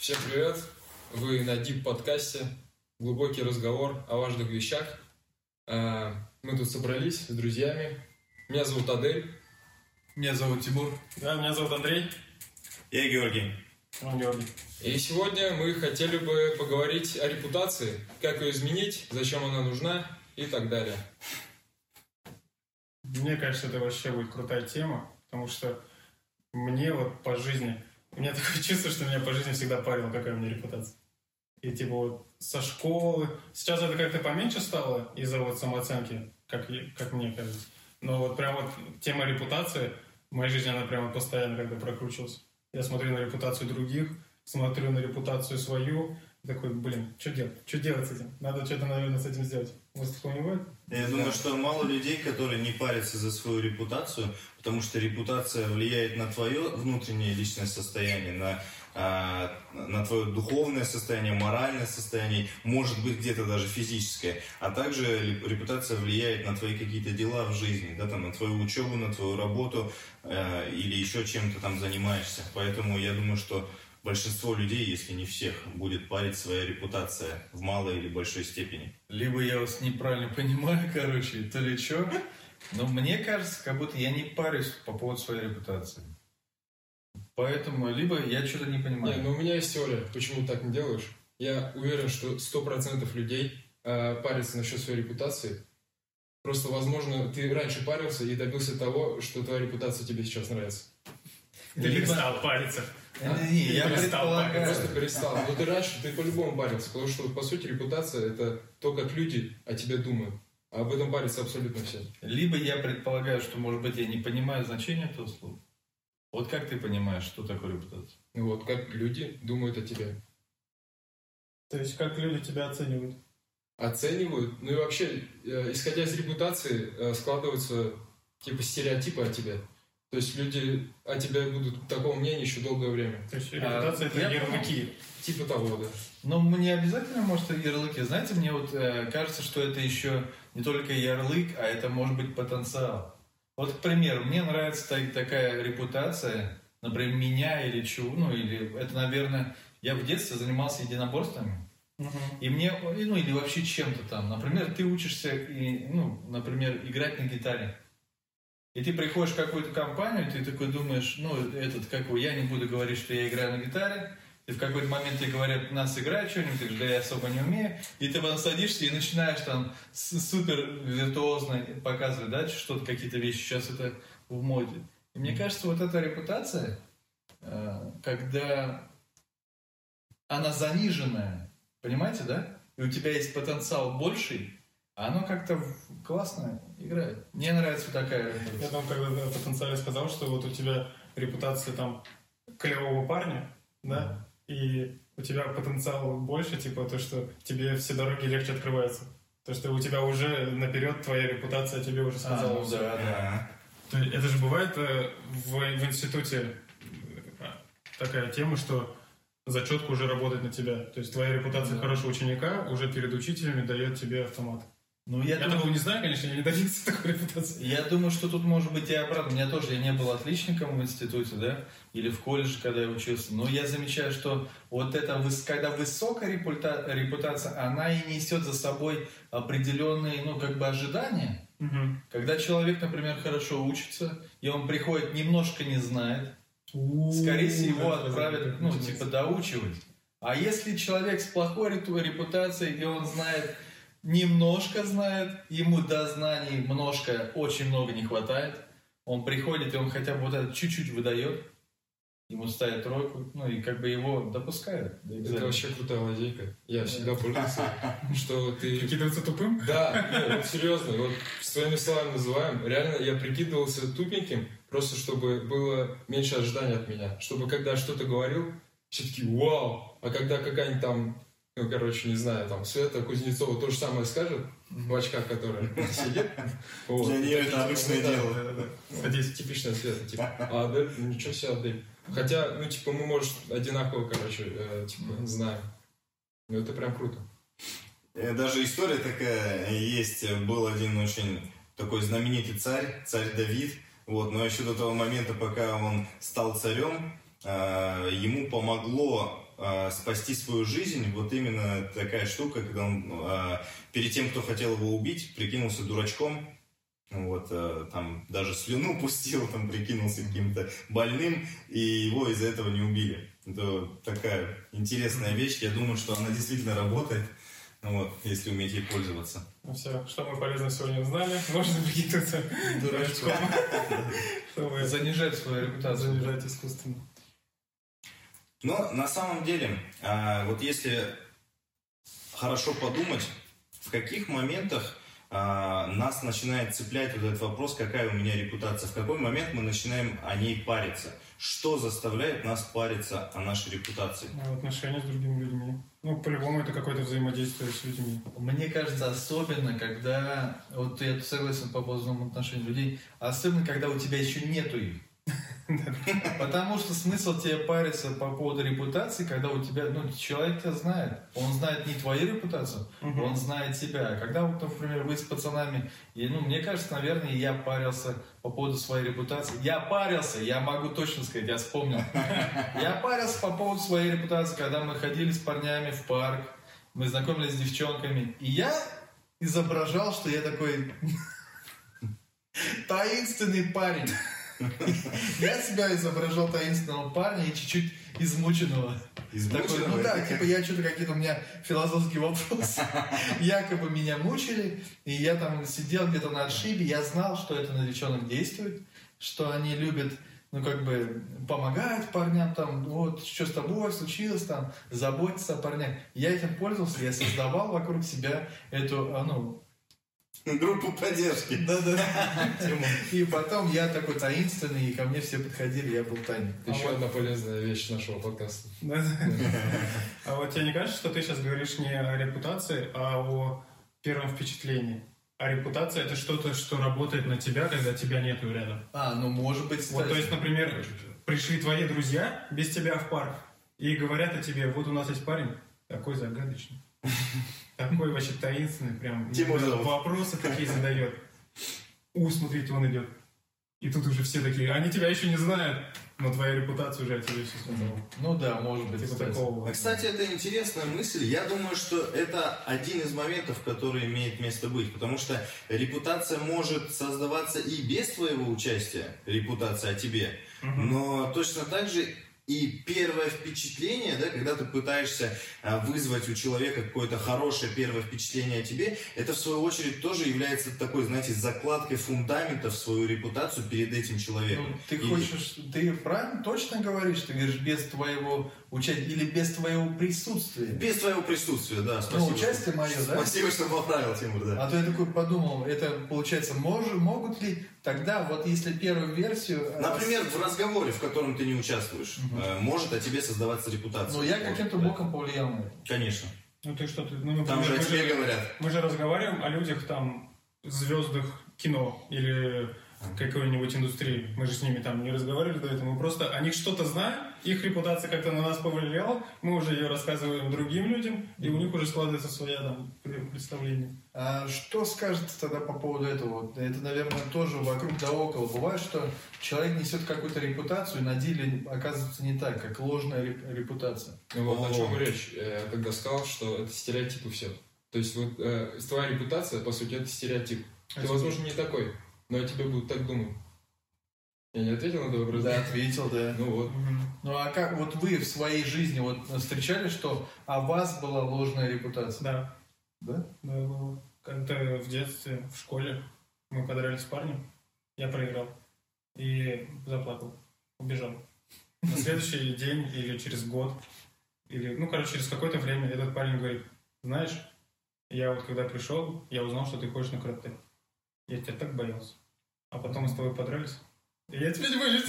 Всем привет! Вы на Deep подкасте. Глубокий разговор о важных вещах. Мы тут собрались с друзьями. Меня зовут Адель. Меня зовут Тимур. Да, меня зовут Андрей. Я Георгий. Георгий. И сегодня мы хотели бы поговорить о репутации. Как ее изменить, зачем она нужна и так далее. Мне кажется, это вообще будет крутая тема, потому что мне вот по жизни... У меня такое чувство, что меня по жизни всегда парило, какая у меня репутация. И типа вот со школы... Сейчас это как-то поменьше стало из-за вот самооценки, как мне кажется. Но вот прям вот тема репутации в моей жизни, она прямо постоянно как бы прокручивалась. Я смотрю на репутацию других, смотрю на репутацию свою, такой, что делать? Что делать с этим? Надо что-то, наверное, с этим сделать. У вас такого не бывает? Я думаю, что мало людей, которые не парятся за свою репутацию, потому что репутация влияет на твое внутреннее личное состояние, на твое духовное состояние, моральное состояние, может быть, где-то даже физическое. А также репутация влияет на твои какие-то дела в жизни, да, там, на твою учебу, на твою работу или еще чем-то там занимаешься. Поэтому я думаю, что большинство людей, если не всех, будет парить своя репутация в малой или большой степени. Либо я вас неправильно понимаю, то ли что. Но мне кажется, как будто я не парюсь по поводу своей репутации. Поэтому, либо я что-то не понимаю. У меня есть теория, почему ты так не делаешь. Я уверен, что 100% людей парятся насчет своей репутации. Просто, возможно, ты раньше парился и добился того, что твоя репутация тебе сейчас нравится. Ты перестал париться. Я предполагаю. Просто перестал. Но ты раньше, ты по-любому парился. Потому что, по сути, репутация – это то, как люди о тебе думают. А об этом парятся абсолютно все. Либо я предполагаю, что, может быть, я не понимаю значения этого слова. Вот как ты понимаешь, что такое репутация? Вот, как люди думают о тебе. То есть, как люди тебя оценивают? Оценивают. Ну и вообще, исходя из репутации, складываются типа стереотипы о тебе. То есть люди о тебе будут такого мнения еще долгое время. То есть репутация это ярлыки. Типа того, да. Но не обязательно, может, ярлыки. Знаете, мне вот кажется, что это еще не только ярлык, а это может быть потенциал. Вот, к примеру, мне нравится такая репутация, например, меня или чего, или это, наверное, я в детстве занимался единоборствами. И мне, или вообще чем-то там. Например, ты учишься, например, играть на гитаре. И ты приходишь в какую-то компанию, ты такой думаешь, я не буду говорить, что я играю на гитаре. И в какой-то момент тебе говорят, нас играть что-нибудь, ты говоришь, да я особо не умею. И ты потом садишься и начинаешь там супер виртуозно показывать, да, что-то, какие-то вещи. Сейчас это в моде. И мне кажется, вот эта репутация, когда она заниженная, понимаете, да? И у тебя есть потенциал больший, а оно как-то классно играет. Мне нравится такая репутация. Я там когда о потенциале сказал, что вот у тебя репутация там клевого парня, да? И у тебя потенциал больше, типа то, что тебе все дороги легче открываются. То, что у тебя уже наперед твоя репутация тебе уже сказала. Да. Это же бывает в институте такая тема, что зачетка уже работает на тебя. То есть твоя репутация хорошего ученика уже перед учителями дает тебе автомат. Я такого не знаю, конечно, я не добился такой репутации. Я думаю, что тут может быть и обратно. У меня тоже, я не был отличником в институте, да, или в колледже, когда я учился. Но я замечаю, что вот это, когда высокая репутация, она и несет за собой определенные, ожидания. Когда человек, например, хорошо учится, и он приходит, немножко не знает, скорее всего, его отправят, доучивать. А если человек с плохой репутацией, и он знает... Немножко знает, ему до знаний очень много не хватает. Он приходит, и он хотя бы вот это чуть-чуть выдает, ему ставят тройку, и его допускают. Это вообще крутая лазейка. Я всегда пользуюсь, что ты... Прикидываться тупым? Да, серьезно, своими словами называем. Реально, я прикидывался тупеньким, просто чтобы было меньше ожиданий от меня. Чтобы когда что-то говорил, все таки вау, а когда какая-нибудь там... не знаю, там, Света Кузнецова то же самое скажет, в очках, которая сидит. Для нее это обычное дело. Здесь типичная Света, типа, а Адель, ничего себе, Адель. Хотя, мы, может, одинаково, знаем. Это прям круто. Даже история такая есть. Был один очень такой знаменитый царь Давид. Но еще до того момента, пока он стал царем, ему помогло спасти свою жизнь вот именно такая штука, когда он перед тем, кто хотел его убить, прикинулся дурачком, вот, там даже слюну пустил, там прикинулся каким-то больным, и его из-за этого не убили. Это такая интересная вещь, я думаю, что она действительно работает, вот, если уметь ей пользоваться. Ну все, что мы полезно сегодня узнали, можно прикинуться дурачком, чтобы Занижать свою репутацию. занижать искусственно. Но на самом деле, вот если хорошо подумать, в каких моментах нас начинает цеплять вот этот вопрос, какая у меня репутация, в какой момент мы начинаем о ней париться, что заставляет нас париться о нашей репутации? Отношения с другими людьми. Ну, по-любому, это какое-то взаимодействие с людьми. Мне кажется, особенно, когда... Вот я согласен по поводу отношений людей. Особенно, когда у тебя еще нету их. Потому что смысл тебе париться по поводу репутации, когда у тебя, человек тебя знает. Он знает не твою репутацию, он знает тебя. Когда, вот, например, вы с пацанами, и, мне кажется, наверное, я парился по поводу своей репутации. Я могу точно сказать, я вспомнил. Я парился по поводу своей репутации, когда мы ходили с парнями в парк, мы знакомились с девчонками, и я изображал, что я такой таинственный парень. Я себя изображал таинственного парня и чуть-чуть измученного. Такой, я что-то какие-то у меня философские вопросы. Якобы меня мучили, и я там сидел где-то на отшибе, я знал, что это на девчонок действует, что они любят, помогать парням, там, вот, что с тобой случилось, там, заботиться о парнях. Я этим пользовался, я создавал вокруг себя эту, группу поддержки. Да-да. И потом я такой таинственный, и ко мне все подходили, я был тайный. Еще одна полезная вещь нашего подкаста. А вот тебе не кажется, что ты сейчас говоришь не о репутации, а о первом впечатлении? А репутация — это что-то, что работает на тебя, когда тебя нету рядом. Может быть, Вот, то есть, например, пришли твои друзья без тебя в парк и говорят о тебе: вот у нас есть парень такой загадочный. Такой вообще таинственный, прям вопросы такие задает. Смотрите, он идет. И тут уже все такие, они тебя еще не знают, но твоя репутация уже о тебе все сказала. Может быть. Типа такого. Кстати, это интересная мысль. Я думаю, что это один из моментов, который имеет место быть. Потому что репутация может создаваться и без твоего участия, репутация о тебе. Но точно так же и первое впечатление, когда ты пытаешься вызвать у человека какое-то хорошее первое впечатление о тебе, это в свою очередь тоже является такой, закладкой фундамента в свою репутацию перед этим человеком. Ты правильно, точно говоришь? Ты говоришь, без твоего участия или без твоего присутствия? Без твоего присутствия, да. Спасибо. Участие мое, да? Спасибо, что поправил, Тимур, да. А то я такой подумал, это получается, могут ли тогда, вот если первую версию... Например, в разговоре, в котором ты не участвуешь, может о тебе создаваться репутация. Я каким-то боком повлиял на это. Конечно. Ты что, например, там же о тебе говорят. Мы же разговариваем о людях, там, звездах кино или какой-нибудь индустрии. Мы же с ними там не разговаривали до этого. Мы просто о них что-то знаем, их репутация как-то на нас повлияла, мы уже ее рассказываем другим людям, и у них уже складывается своя там представление. А что скажете тогда по поводу этого? Это, наверное, тоже вокруг да около. Бывает, что человек несет какую-то репутацию, и на деле оказывается не так, как ложная репутация. Вот о чем речь. Я когда сказал, что это стереотипы все. То есть вот твоя репутация, по сути, это стереотип. Ты, возможно, не такой, но о тебе будут так думать. Я не ответил на этот вопрос? Да, ответил, да. Вот. А как вот вы в своей жизни встречали, что о вас была ложная репутация? Да. Да? Да, было. Когда в детстве, в школе мы подрались с парнем, я проиграл и заплакал, убежал. На следующий день или через год, или, через какое-то время этот парень говорит: знаешь, я вот когда пришел, я узнал, что ты ходишь на карате. Я тебя так боялся. А потом мы с тобой подрались. И я тебя не боюсь.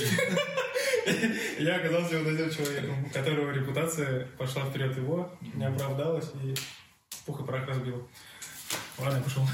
Я оказался вот этим человеком, у которого репутация пошла вперед его, не оправдалась и пух и прах разбила. Ладно, я пошел.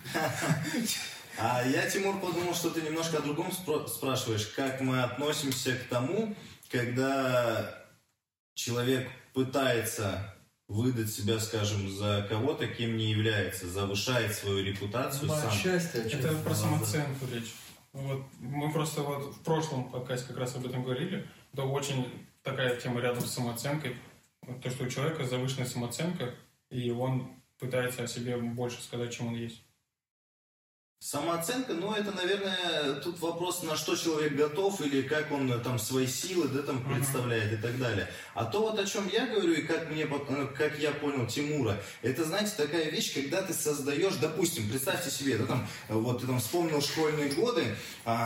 А я, Тимур, подумал, что ты немножко о другом спрашиваешь. Как мы относимся к тому, когда человек пытается выдать себя, скажем, за кого-то, кем не является, завышает свою репутацию сам. Это про самооценку речь. Вот, мы просто в прошлом подкасте как раз об этом говорили. Это очень такая тема рядом с самооценкой. То, что у человека завышенная самооценка, и он пытается о себе больше сказать, чем он есть. Самооценка, это, наверное, тут вопрос, на что человек готов, или как он там свои силы, да, там представляет и так далее. А то вот о чем я говорю, и как я понял Тимура, это, знаете, такая вещь, когда ты создаешь, допустим, представьте себе, да, там, вот ты там вспомнил школьные годы,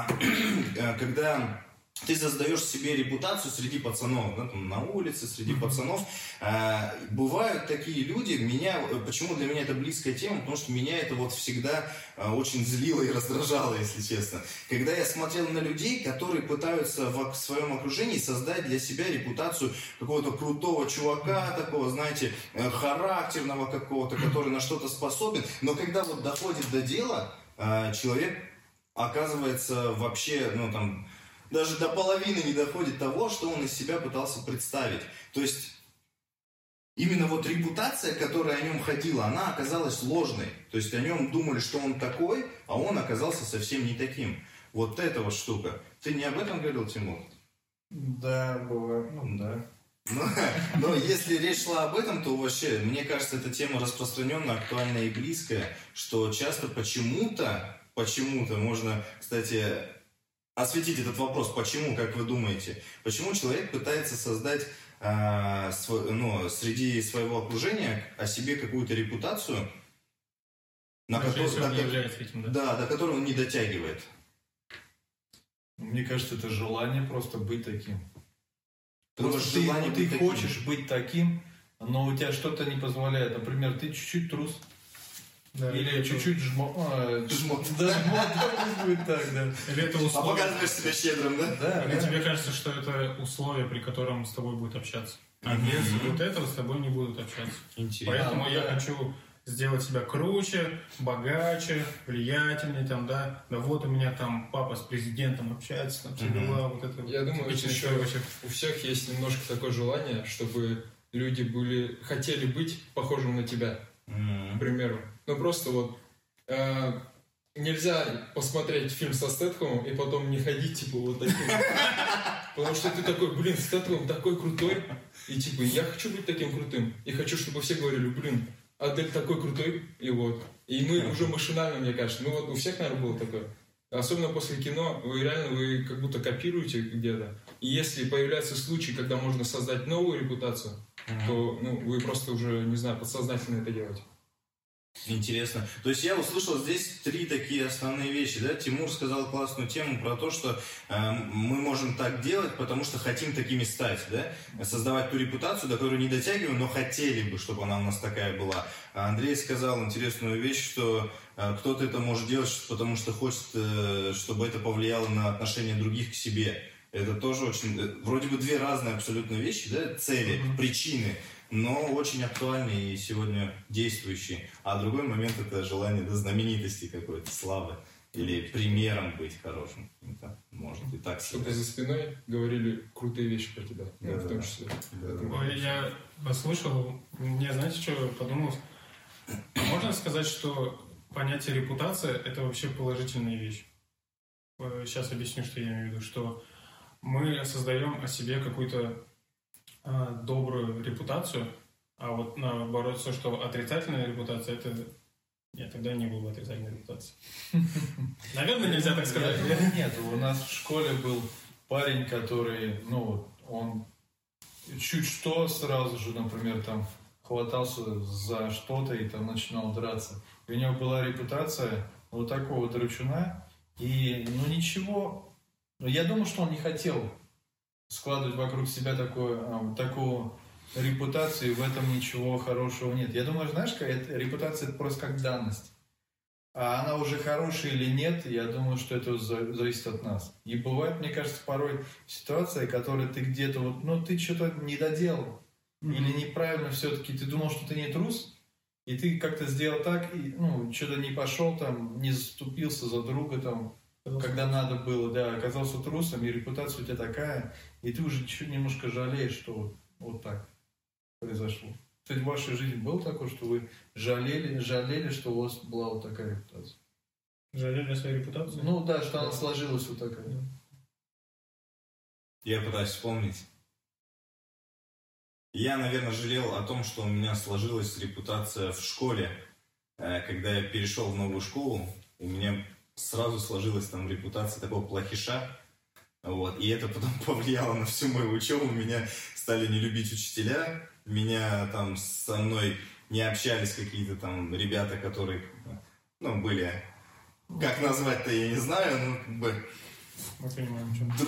когда ты создаешь себе репутацию среди пацанов, да, там, на улице, среди пацанов. Бывают такие люди, почему для меня это близкая тема, потому что меня это вот всегда очень злило и раздражало, если честно. Когда я смотрел на людей, которые пытаются в своем окружении создать для себя репутацию какого-то крутого чувака, такого, знаете, характерного какого-то, который на что-то способен, но когда вот доходит до дела, человек оказывается вообще, даже до половины не доходит того, что он из себя пытался представить. То есть, именно вот репутация, которая о нем ходила, она оказалась ложной. То есть, о нем думали, что он такой, а он оказался совсем не таким. Вот эта вот штука. Ты не об этом говорил, Тимур? Да, бывает. Да. Но если речь шла об этом, то вообще, мне кажется, эта тема распространенная, актуальная и близкая, что часто почему-то можно, кстати, осветить этот вопрос. Почему, как вы думаете? Почему человек пытается создать среди своего окружения о себе какую-то репутацию, до которой он не дотягивает? Мне кажется, это желание просто быть таким. Просто ты хочешь быть таким, но у тебя что-то не позволяет. Например, ты чуть-чуть трус. Да, или чуть-чуть жмот. Да, будет так, да. Или это условие. А показываешь себя щедрым, да? Да. Или тебе кажется, что это условие, при котором с тобой будут общаться. А без вот этого с тобой не будут общаться. Интересно. Поэтому я хочу сделать себя круче, богаче, влиятельнее, там, да. Да вот у меня там папа с президентом общается, там все дела, вот это. Я думаю, что еще у всех есть немножко такое желание, чтобы люди хотели быть похожим на тебя, к примеру. Просто вот нельзя посмотреть фильм со Стэтхэмом и потом не ходить, вот таким. Потому что ты такой, Стэтхэм такой крутой, и я хочу быть таким крутым. И хочу, чтобы все говорили, Адель такой крутой, и вот. И мы уже машинально, мне кажется, у всех, наверное, было такое. Особенно после кино, вы как будто копируете где-то. И если появляется случай, когда можно создать новую репутацию, то вы просто уже, не знаю, подсознательно это делаете. Интересно. То есть я услышал здесь 3 такие основные вещи. Да? Тимур сказал классную тему про то, что мы можем так делать, потому что хотим такими стать. Да? Создавать ту репутацию, до которой не дотягиваем, но хотели бы, чтобы она у нас такая была. А Андрей сказал интересную вещь, что кто-то это может делать, потому что хочет, чтобы это повлияло на отношение других к себе. Это тоже очень... Вроде бы 2 разные абсолютно вещи, да? Цели, причины, но очень актуальные и сегодня действующие. А другой момент — это желание знаменитости какой-то, славы. Или примером быть хорошим. Это может и так сказать. Чтобы за спиной говорили крутые вещи про тебя. В том числе. Я послушал, мне, знаете, что подумал? Можно сказать, что понятие репутация — это вообще положительная вещь. Сейчас объясню, что я имею в виду. Что мы создаем о себе какую-то добрую репутацию, а вот наоборот, все, что отрицательная репутация, это... Нет, тогда не было бы отрицательной репутации. Наверное, нельзя так сказать. Нет, у нас в школе был парень, который, он чуть что сразу же, например, там хватался за что-то и там начинал драться. И у него была репутация вот такого драчуна, и, ничего. Я думаю, что он не хотел складывать вокруг себя такую репутацию, и в этом ничего хорошего нет. Я думаю, знаешь, репутация — это просто как данность. А она уже хорошая или нет, я думаю, что это зависит от нас. И бывает, мне кажется, порой ситуация, которая ты где-то ты что-то не доделал. Или неправильно все-таки, ты думал, что ты не трус, и ты как-то сделал так, и что-то не пошел, там, не заступился за друга, там, когда надо было, да, оказался трусом, и репутация у тебя такая, и ты уже чуть немножко жалеешь, что вот так произошло. Кстати, в вашей жизни было такое, что вы жалели, что у вас была вот такая репутация? Жалели свою репутацию? Да, что она сложилась вот такая. Я пытаюсь вспомнить. Я, наверное, жалел о том, что у меня сложилась репутация в школе. Когда я перешел в новую школу, у меня сразу сложилась там репутация такого плохиша. Вот. И это потом повлияло на всю мою учебу. Меня стали не любить учителя. Меня там со мной не общались какие-то там ребята, которые, были... Как назвать-то я не знаю, Мы понимаем, что.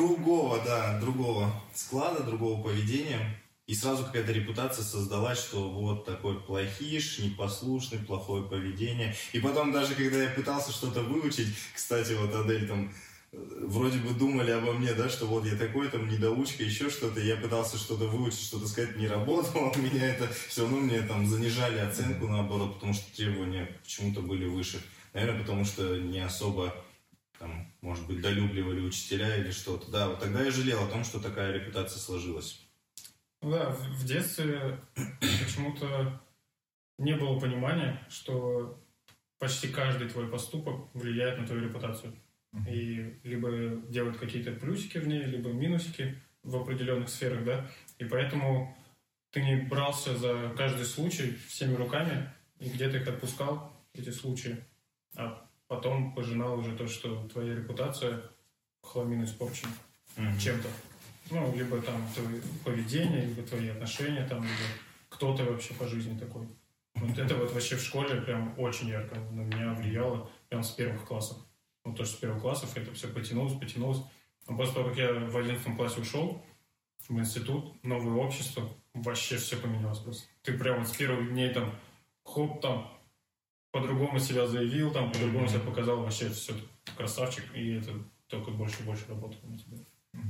другого склада, другого поведения. И сразу какая-то репутация создалась, что вот такой плохиш, непослушный, плохое поведение. И потом даже, когда я пытался что-то выучить, кстати, вот Адель там вроде бы думали обо мне, да, что вот я такой там недоучка, еще что-то, я пытался что-то выучить, что-то сказать, не работало, у меня это все равно мне там занижали оценку наоборот, потому что требования почему-то были выше. Наверное, потому что не особо, там, может быть, долюбливали учителя или что-то. Да, вот тогда я жалел о том, что такая репутация сложилась. Да, в детстве почему-то не было понимания, что почти каждый твой поступок влияет на твою репутацию. И либо делает какие-то плюсики в ней, либо минусики в определенных сферах, да. И поэтому ты не брался за каждый случай всеми руками и где-то их отпускал, эти случаи. А потом пожинал уже то, что твоя репутация в хламину испорчена чем-то. Либо там твое поведение, либо твои отношения, там, либо кто ты вообще по жизни такой. Вот это вот вообще в школе прям очень ярко на меня влияло, прям с первых классов. То, что с первых классов это все потянулось. А после того, как я в 11 классе ушел в институт, новое общество, вообще все поменялось просто. Ты прям с первых дней там, там, по-другому себя заявил, там, по-другому себя показал, вообще все, красавчик, и это только больше и больше работало на тебя.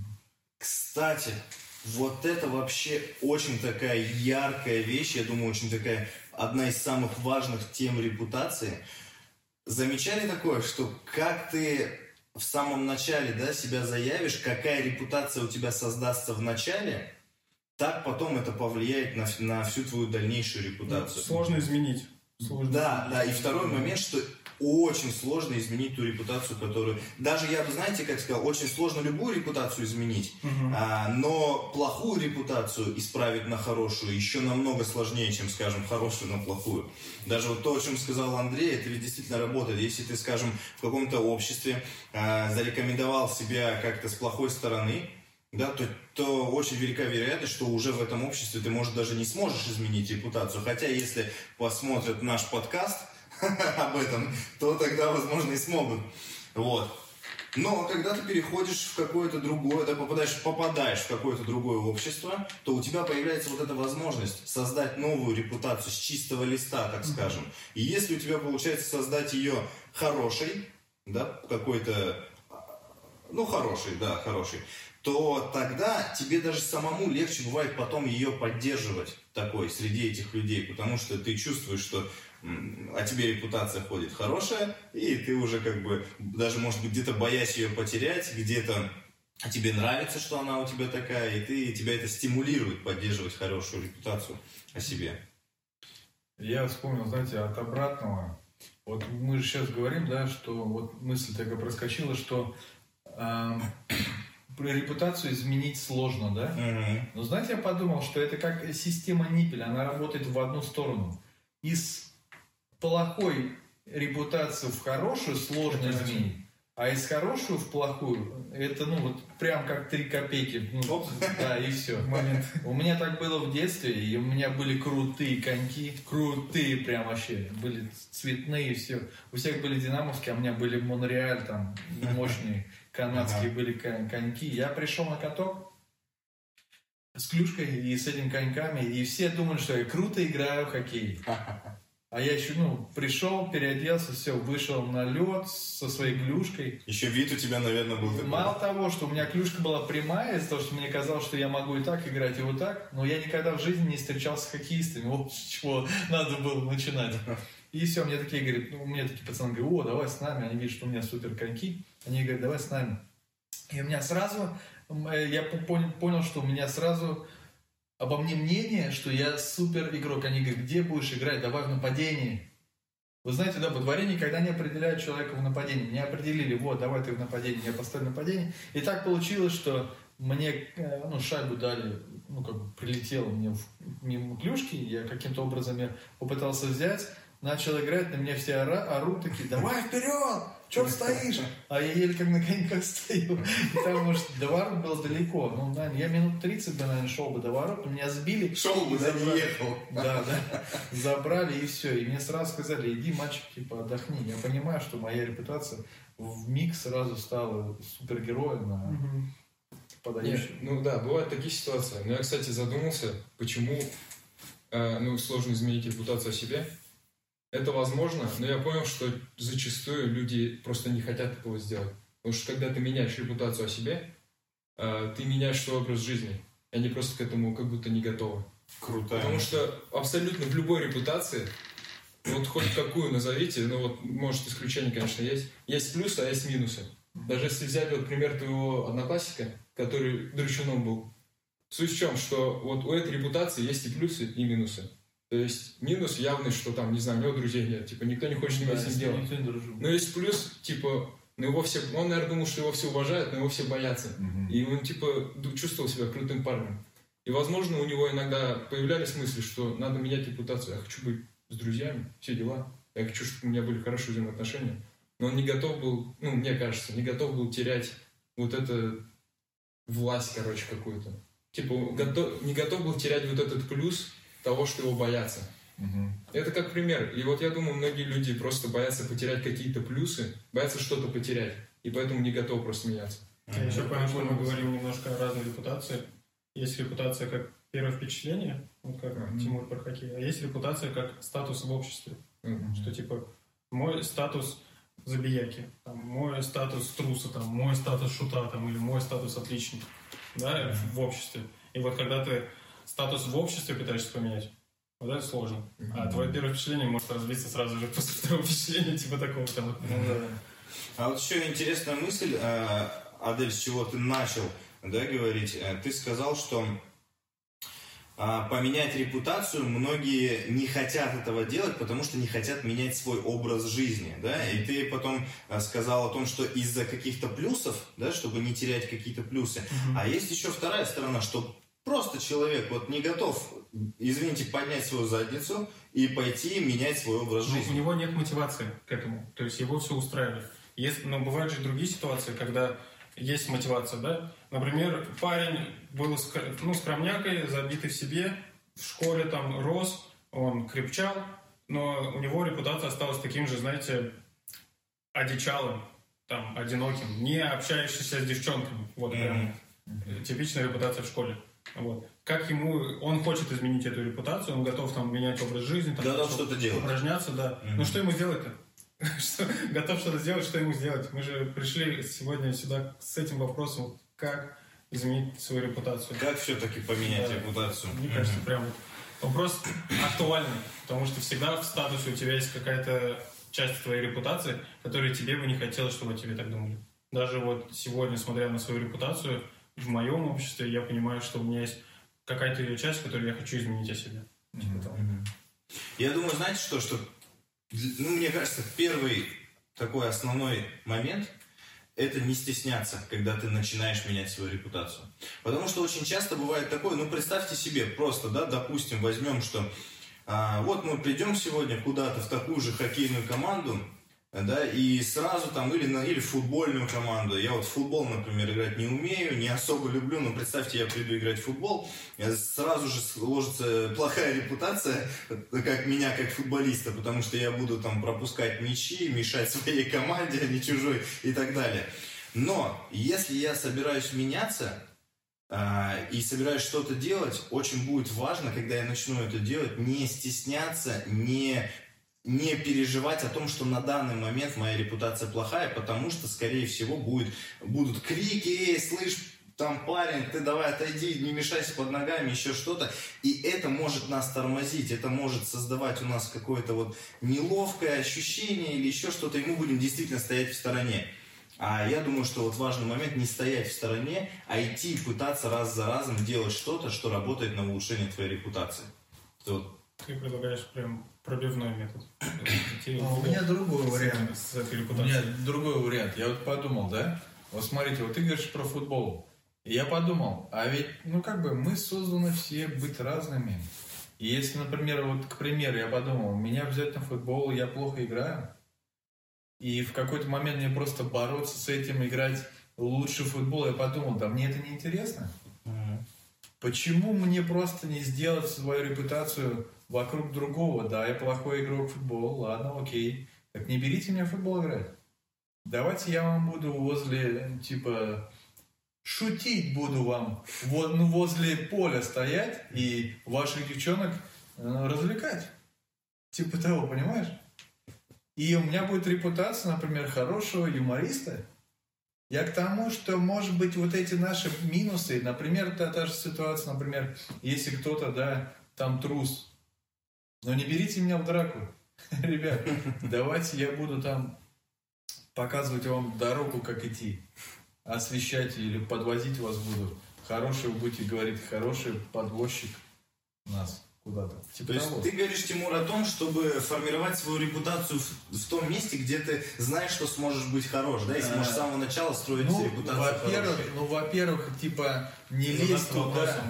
Кстати, вот это вообще очень такая яркая вещь, я думаю, очень такая одна из самых важных тем репутации. Замечали такое, что как ты в самом начале, да, себя заявишь, какая репутация у тебя создастся в начале, так потом это повлияет на всю твою дальнейшую репутацию. Сложно изменить. Да, и второй момент, что очень сложно изменить ту репутацию, которую... Даже я бы, знаете, как сказал, очень сложно любую репутацию изменить, но плохую репутацию исправить на хорошую еще намного сложнее, чем, скажем, хорошую на плохую. Даже вот то, о чем сказал Андрей, это ведь действительно работает. Если ты, скажем, в каком-то обществе зарекомендовал себя как-то с плохой стороны, да, то очень велика вероятность, что уже в этом обществе ты, может, даже не сможешь изменить репутацию. Хотя, если посмотрят наш подкаст об этом, то тогда, возможно, и смогут. Вот. Но когда ты переходишь в какое-то другое, да, попадаешь в какое-то другое общество, то у тебя появляется вот эта возможность создать новую репутацию с чистого листа, так скажем. И если у тебя получается создать ее хорошей, да, какой-то, хороший, то тогда тебе даже самому легче бывает потом ее поддерживать такой среди этих людей, потому что ты чувствуешь, что о тебе репутация ходит хорошая, и ты уже как бы, даже может быть где-то боясь ее потерять, где-то тебе нравится, что она у тебя такая, и тебя это стимулирует поддерживать хорошую репутацию о себе. Я вспомнил, знаете, от обратного. Вот мы же сейчас говорим, да, что вот мысль такая проскочила, что репутацию изменить сложно, да? Но знаете, я подумал, что это как система Ниппеля, она работает в одну сторону. Из плохой репутации в хорошую сложно изменить, а из хорошую в плохую, это, прям как 3 копейки. Да, и все. У меня так было в детстве, и у меня были крутые коньки, крутые прям вообще, были цветные, все. У всех были динамовские, а у меня были Монреаль, там, мощные. Канадские были коньки. Я пришел на каток с клюшкой и с этими коньками, и все думали, что я круто играю в хоккей. А я еще, пришел, переоделся, все, вышел на лед со своей клюшкой. Еще вид у тебя, наверное, был такой. Мало того, что у меня клюшка была прямая, из-за того, что мне казалось, что я могу и так играть, и вот так, но я никогда в жизни не встречался с хоккеистами. Вот с чего надо было начинать. И все, мне такие говорят, у меня такие пацаны говорят, давай с нами. Они видят, что у меня супер коньки. Они говорят, давай с нами. И у меня сразу, я понял, что у меня сразу обо мне мнение, что я супер игрок. Они говорят, где будешь играть, давай в нападении. Вы знаете, да, во дворе никогда не определяют человека в нападении. Меня определили, вот, давай ты в нападении, я поставлю нападение. И так получилось, что мне шайбу дали, прилетела мне мимо клюшки, я каким-то образом я попытался взять, начал играть, на меня все орут такие: давай вперед, чё стоишь? А я еле как на коньках стою. И там, может, до ворот было далеко. Я минут 30 бы, наверное, шел бы до ворот, меня сбили. Шел бы, да, не ехал. Да. Забрали и все. И мне сразу сказали: иди, мальчик, отдохни. Я понимаю, что моя репутация вмиг сразу стала супергероем, подающим. Бывают такие ситуации. Но я, кстати, задумался, почему сложно изменить репутацию о себе. Это возможно, но я понял, что зачастую люди просто не хотят этого сделать. Потому что когда ты меняешь репутацию о себе, ты меняешь свой образ жизни. И они просто к этому как будто не готовы. Круто. Потому что абсолютно в любой репутации, хоть какую назовите, может, исключение, конечно, есть плюсы, а есть минусы. Даже если взять пример твоего одноклассника, который драчуном был. Суть в чем, что у этой репутации есть и плюсы, и минусы. То есть минус явный, что у него друзей нет, никто не хочет с ним делать. Но есть плюс, он, наверное, думал, что его все уважают, но его все боятся. И он, чувствовал себя крутым парнем. И, возможно, у него иногда появлялись мысли, что надо менять репутацию. Я хочу быть с друзьями, все дела. Я хочу, чтобы у меня были хорошие взаимоотношения. Но он не готов был, мне кажется, не готов был терять эту власть, какую-то. Не готов был терять этот плюс того, что его боятся. Это как пример. И я думаю, многие люди просто боятся потерять какие-то плюсы, боятся что-то потерять, и поэтому не готовы просто меняться. Я еще понял, что мы говорим немножко о разной репутации. Есть репутация как первое впечатление, как Тимур про хоккей, а есть репутация как статус в обществе. Что мой статус забияки, мой статус труса, мой статус шута, или мой статус отличника, в обществе. И когда ты статус в обществе пытаешься поменять, это сложно. А твое первое впечатление может разбиться сразу же после второго впечатления, такого. А еще интересная мысль, Адель, с чего ты начал говорить. Ты сказал, что поменять репутацию многие не хотят этого делать, потому что не хотят менять свой образ жизни, и ты потом сказал о том, что из-за каких-то плюсов, чтобы не терять какие-то плюсы. А есть еще вторая сторона, что просто человек не готов, извините, поднять свою задницу и пойти менять свой образ жизни. У него нет мотивации к этому, то есть его все устраивает. Но бывают же другие ситуации, когда есть мотивация, Например, парень был скромнякой, забитый в себе, в школе рос, он крепчал, но у него репутация осталась таким же, одичалым, одиноким, не общающимся с девчонками. Прям типичная репутация в школе. Как он хочет изменить эту репутацию, он готов менять образ жизни, готов что-то делать, упражняться, Но что ему сделать-то? Готов что-то сделать, что ему сделать? Мы же пришли сегодня сюда с этим вопросом, как изменить свою репутацию. Как все-таки поменять репутацию? Мне кажется, прям вопрос актуальный, потому что всегда в статусе у тебя есть какая-то часть твоей репутации, которую тебе бы не хотелось, чтобы о тебе так думали. Даже сегодня, смотря на свою репутацию, в моем обществе я понимаю, что у меня есть какая-то ее часть, которую я хочу изменить о себе. Я думаю, знаете что мне кажется, первый такой основной момент – это не стесняться, когда ты начинаешь менять свою репутацию. Потому что очень часто бывает такое, представьте себе просто, допустим, возьмем, что мы придем сегодня куда-то в такую же хоккейную команду, и сразу или в футбольную команду. Я в футбол, например, играть не умею, не особо люблю, но представьте, я приду играть в футбол, сразу же сложится плохая репутация, как футболиста, потому что я буду пропускать мячи, мешать своей команде, а не чужой и так далее. Но если я собираюсь меняться и собираюсь что-то делать, очень будет важно, когда я начну это делать, не стесняться, не переживать о том, что на данный момент моя репутация плохая, потому что, скорее всего, будут крики: слышь, парень, ты давай отойди, не мешайся под ногами, еще что-то. И это может нас тормозить, это может создавать у нас какое-то неловкое ощущение или еще что-то, и мы будем действительно стоять в стороне. А я думаю, что важный момент не стоять в стороне, а идти и пытаться раз за разом делать что-то, что работает на улучшение твоей репутации. Ты предлагаешь прям пробивной метод. У меня другой вариант. Я подумал, смотрите, ты говоришь про футбол. И я подумал, а ведь, мы созданы все быть разными. И если, например, к примеру, я подумал, меня взять на футбол, я плохо играю, и в какой-то момент мне просто бороться с этим, играть лучше в футбол, я подумал, да мне это не интересно. Почему мне просто не сделать свою репутацию вокруг другого? Да, я плохой игрок в футбол, ладно, окей. Так не берите меня в футбол играть. Давайте я вам буду шутить буду вам, возле поля стоять и ваших девчонок развлекать. Типа того, понимаешь? И у меня будет репутация, например, хорошего юмориста. Я к тому, что, может быть, вот эти наши минусы, например, та же ситуация, например, если кто-то, там трус, но не берите меня в драку. Ребят, давайте я буду там показывать вам дорогу, как идти, освещать или подвозить вас буду. Хороший вы будете говорить, хороший подвозчик нас куда-то. То есть ты говоришь, Тимур, о том, чтобы формировать свою репутацию в том месте, где ты знаешь, что сможешь быть хорош, да? Если можешь с самого начала строить репутацию. Во-первых, не лезь туда.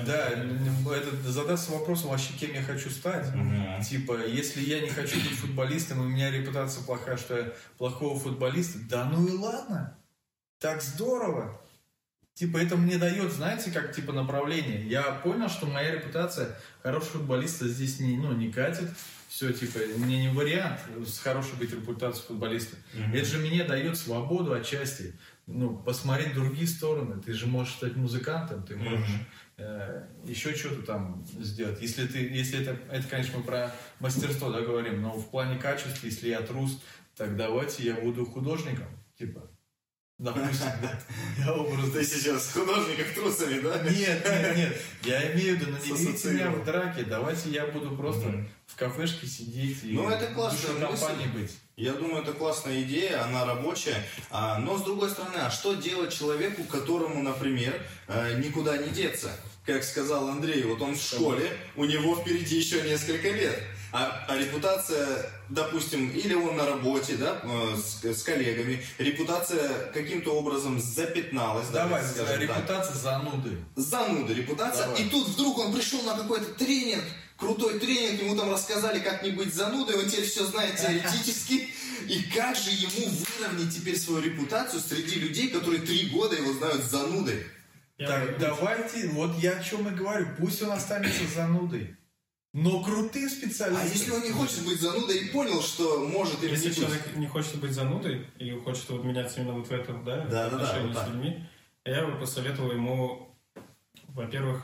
Задаться вопросом вообще, кем я хочу стать. Если я не хочу быть футболистом, и у меня репутация плохая, что я плохого футболиста, да ну и ладно. Так здорово. Это мне дает, знаете, как направление. Я понял, что моя репутация хорошего футболиста здесь не катит. Все, мне не вариант с хорошей быть репутацией футболиста. Это же мне дает свободу отчасти. Посмотреть другие стороны. Ты же можешь стать музыкантом, ты можешь еще что-то там сделать. Если это, конечно, мы про мастерство, говорим, но в плане качества, если я трус, так давайте я буду художником, Допустим, да. Я образ. Ты сейчас художников трусами, да? Нет. Я имею в виду, не берите меня в драке, давайте я буду просто в кафешке сидеть и это классная компании быть. Я думаю, это классная идея, она рабочая. Но с другой стороны, а что делать человеку, которому, например, никуда не деться? Как сказал Андрей, вот он в школе, у него впереди еще несколько лет. А репутация, допустим, или он на работе, с коллегами, репутация каким-то образом запятналась. Репутация зануды. Зануды, репутация. Давай. И тут вдруг он пришел на какой-то тренинг, крутой тренинг, ему там рассказали, как не быть занудой, он теперь все знает теоретически. И как же ему выровнять теперь свою репутацию среди людей, которые 3 года его знают занудой? Давайте, вот я о чем и говорю, пусть он останется занудой. Но крутым специалистом. А если он не хочет быть занудой и понял, что может или если не человек не хочет быть занудой и хочет меняться именно в этом, отношении с людьми, я бы посоветовал ему, во-первых,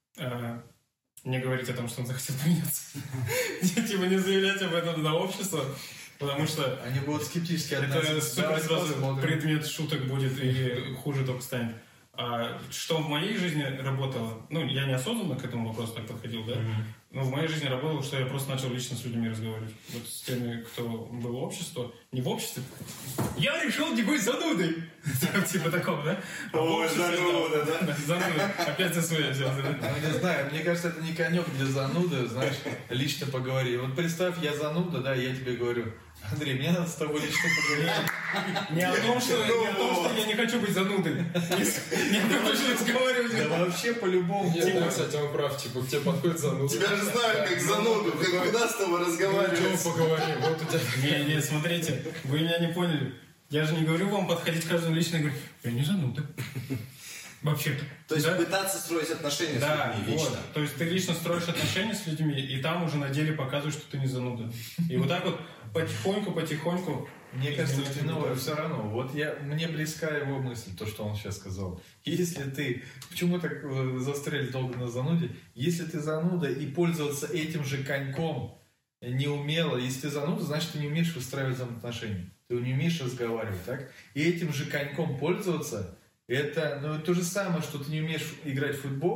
не говорить о том, что он захотел поменяться. Не заявлять об этом на общество, потому что они будут скептически относиться. Это сразу предмет шуток будет и хуже только станет. А что в моей жизни работало, я неосознанно к этому вопросу так подходил, но в моей жизни работало, что я просто начал лично с людьми разговаривать. Вот с теми, кто был в обществе, не в обществе. Я решил не быть занудой. Типа такого, да? Ой, зануда, да? Зануда. Опять за свое взял. Не знаю, мне кажется, это не конек для зануды, знаешь, лично поговори. Вот представь, я зануда, я тебе говорю, Андрей, мне надо с тобой лично поговорить. Не о том, что я не хочу быть занудой. Не хочу разговаривать. Да вообще по-любому. Кстати, он прав, к тебе подходит зануда. Тебя же знают как зануду, куда с тобой разговаривать? Поговорим, вот у тебя. Не, смотрите, вы меня не поняли. Я же не говорю вам подходить к каждому лично и говорить, я не зануда. Вообще-то. То есть пытаться строить отношения с людьми лично. То есть ты лично строишь отношения с людьми, и там уже на деле показываешь, что ты не зануда. И вот так вот потихоньку. Мне кажется, все равно. Вот мне близка его мысль, то, что он сейчас сказал. Если ты... Почему так застряли долго на зануде? Если ты зануда и пользоваться этим же коньком не умела, если ты зануда, значит, ты не умеешь выстраивать взаимоотношения. Ты не умеешь разговаривать, так? И этим же коньком пользоваться, это то же самое, что ты не умеешь играть в футбол,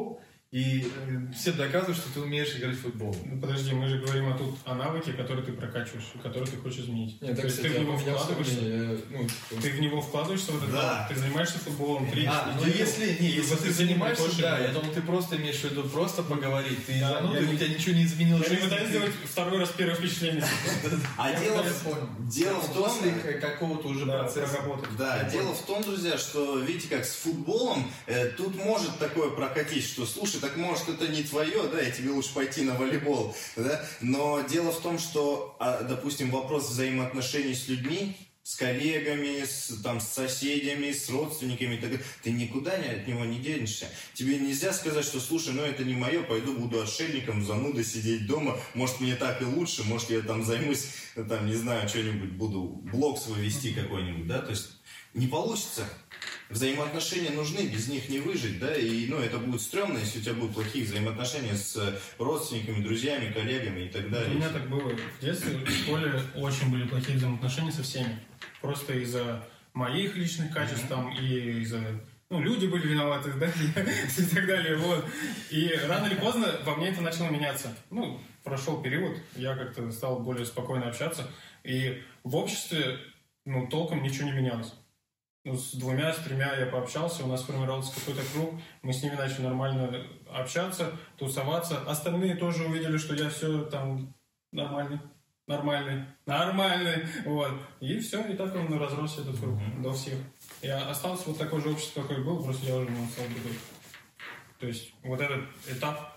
и все доказывают, что ты умеешь играть в футбол. Ну, подожди, мы же говорим тут о навыке, который ты прокачиваешь, который ты хочешь изменить. Нет, То есть ты в него вкладываешься, ты в него вкладываешься в этот навык, ты занимаешься футболом, если ты занимаешься, я думал, ты просто имеешь в виду просто поговорить, ты у тебя ничего не изменилось. Я не пытаюсь сделать второй раз первое впечатление. А дело в том, после какого-то уже процесса. Да, дело в том, друзья, что видите, как с футболом тут может такое прокатить, что слушай, так может это не твое, да, и тебе лучше пойти на волейбол, да, но дело в том, что, допустим, вопрос взаимоотношений с людьми, с коллегами, с соседями, с родственниками, ты никуда от него не денешься. Тебе нельзя сказать, что слушай, это не мое, пойду буду отшельником, занудой сидеть дома, может мне так и лучше, может я займусь, не знаю, что-нибудь, буду блог свой вести какой-нибудь, да, то есть не получится. Взаимоотношения нужны, без них не выжить, да, и, это будет стрёмно, если у тебя будут плохие взаимоотношения с родственниками, друзьями, коллегами и так далее. У меня так было в детстве, в школе очень были плохие взаимоотношения со всеми. Просто из-за моих личных качеств и из-за... люди были виноваты, да, и так далее, вот. И рано или поздно во мне это начало меняться. Прошел период, я как-то стал более спокойно общаться, и в обществе, толком ничего не менялось. С 2, с 3 я пообщался, у нас сформировался какой-то круг, мы с ними начали нормально общаться, тусоваться. Остальные тоже увидели, что я все нормальный, вот. И все, и так он разросся, этот круг, до всех. Я остался вот такой же общество, какой был, просто я уже стал другой. То есть вот этот этап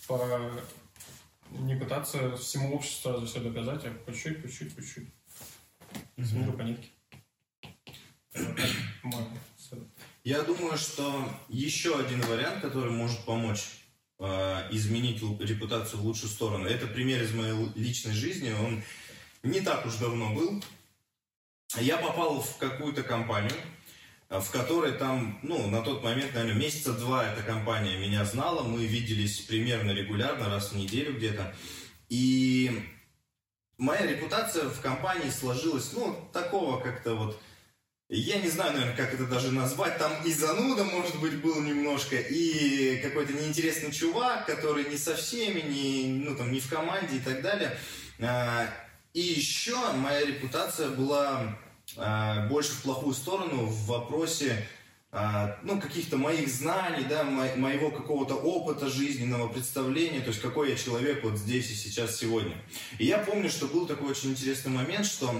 не пытаться всему обществу сразу все доказать, а по чуть-чуть. С миру по нитке. Я думаю, что еще один вариант, который может помочь изменить репутацию в лучшую сторону, это пример из моей личной жизни, он не так уж давно был. Я попал в какую-то компанию, в которой на тот момент, наверное, месяца 2 эта компания меня знала, мы виделись примерно регулярно, раз в неделю где-то, и моя репутация в компании сложилась, такого как-то я не знаю, наверное, как это даже назвать. Там и зануда, может быть, был немножко, и какой-то неинтересный чувак, который не со всеми, не в команде и так далее. И еще моя репутация была больше в плохую сторону в вопросе каких-то моих знаний, да, моего какого-то опыта жизненного представления, то есть какой я человек вот здесь и сейчас, сегодня. И я помню, что был такой очень интересный момент, что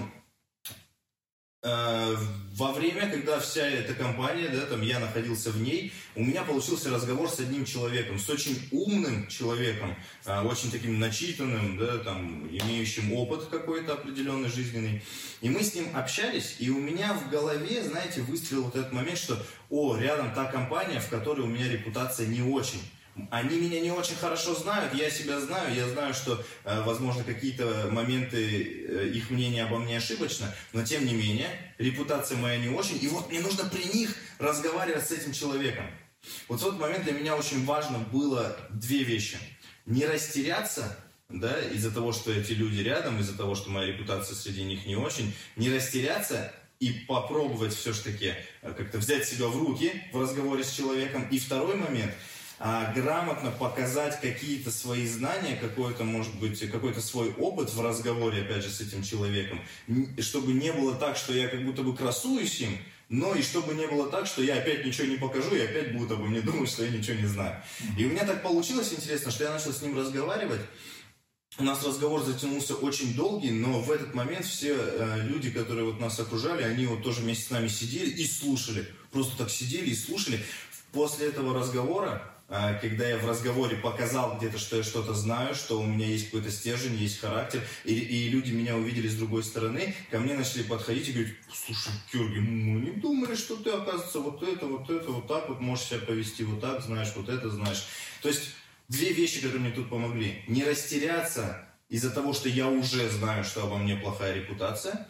во время, когда вся эта компания, да, я находился в ней, у меня получился разговор с одним человеком, с очень умным человеком, очень таким начитанным, да, имеющим опыт какой-то определенный жизненный. И мы с ним общались, и у меня в голове, знаете, выстрелил вот этот момент, что, рядом та компания, в которой у меня репутация не очень. Они меня не очень хорошо знают, я себя знаю, я знаю, что, возможно, какие-то моменты их мнения обо мне ошибочно, но, тем не менее, репутация моя не очень, и вот мне нужно при них разговаривать с этим человеком. Вот в тот момент для меня очень важно было 2 вещи. Не растеряться, да, из-за того, что эти люди рядом, из-за того, что моя репутация среди них не очень, не растеряться и попробовать все-таки как-то взять себя в руки в разговоре с человеком. И второй момент – грамотно показать какие-то свои знания, какой-то, может быть, какой-то свой опыт в разговоре, опять же, с этим человеком, чтобы не было так, что я как будто бы красуюсь им, но и чтобы не было так, что я опять ничего не покажу, и опять будут обо мне думать, что я ничего не знаю. И у меня так получилось, интересно, что я начал с ним разговаривать. У нас разговор затянулся очень долгий, но в этот момент все люди, которые вот нас окружали, они вот тоже вместе с нами сидели и слушали. Просто так сидели и слушали. После этого разговора, когда я в разговоре показал где-то, что я что-то знаю, что у меня есть какой-то стержень, есть характер, и люди меня увидели с другой стороны, ко мне начали подходить и говорить: слушай, Георгий, мы не думали, что ты, оказывается, вот это, вот так вот можешь себя повести, вот так, знаешь, вот это знаешь. То есть 2 вещи, которые мне тут помогли. Не растеряться из-за того, что я уже знаю, что обо мне плохая репутация,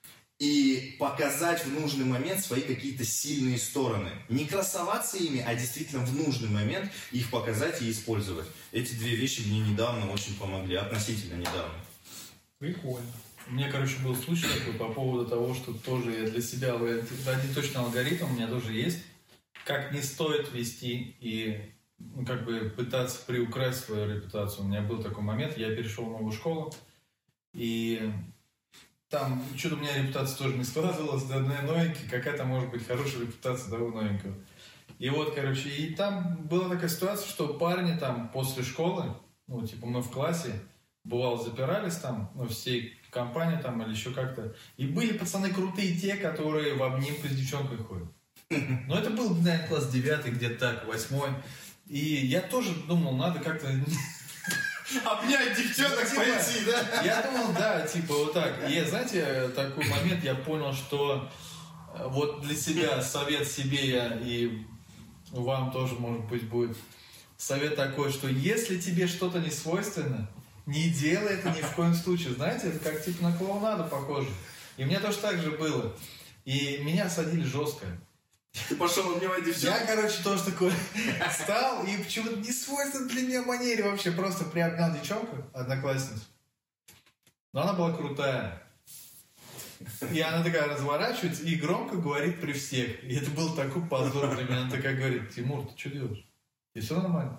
и показать в нужный момент свои какие-то сильные стороны. Не красоваться ими, а действительно в нужный момент их показать и использовать. Эти 2 вещи мне недавно очень помогли, относительно недавно. Прикольно. У меня, был случай такой по поводу того, что тоже я для себя один точно алгоритм у меня тоже есть, как не стоит вести и как бы пытаться приукрасить свою репутацию. У меня был такой момент, я перешел в новую школу, и там что-то у меня репутация тоже не складывалась, до одной новенькой, какая-то может быть хорошая репутация того новенького. И вот, короче, и там была такая ситуация, что парни там после школы, ну, типа мы в классе, бывало, запирались там, ну, всей компании там или еще как-то. И были пацаны крутые те, которые в обнимку с девчонкой ходят. Но это был, наверное, класс 9, где-то так, 8. И я тоже думал, надо как-то... Обнять девчонок, пойти, да? Я думал, да, типа вот так. И, знаете, такой момент я понял, что вот для себя совет себе и вам тоже, может быть, будет совет такой, что если тебе что-то не свойственно, не делай это ни в коем случае. Знаете, это как типа на клоунаду похоже. И у меня тоже так же было. И меня осадили жестко. Ты пошел обнимать девчонку? Я, короче, тоже такой встал и почему-то не свойственно для меня манере вообще просто приобнял девчонку, одноклассницу. Но она была крутая. И она такая разворачивается и громко говорит при всех. И это был такой позор для меня. Она такая говорит: Тимур, ты что делаешь? И все нормально.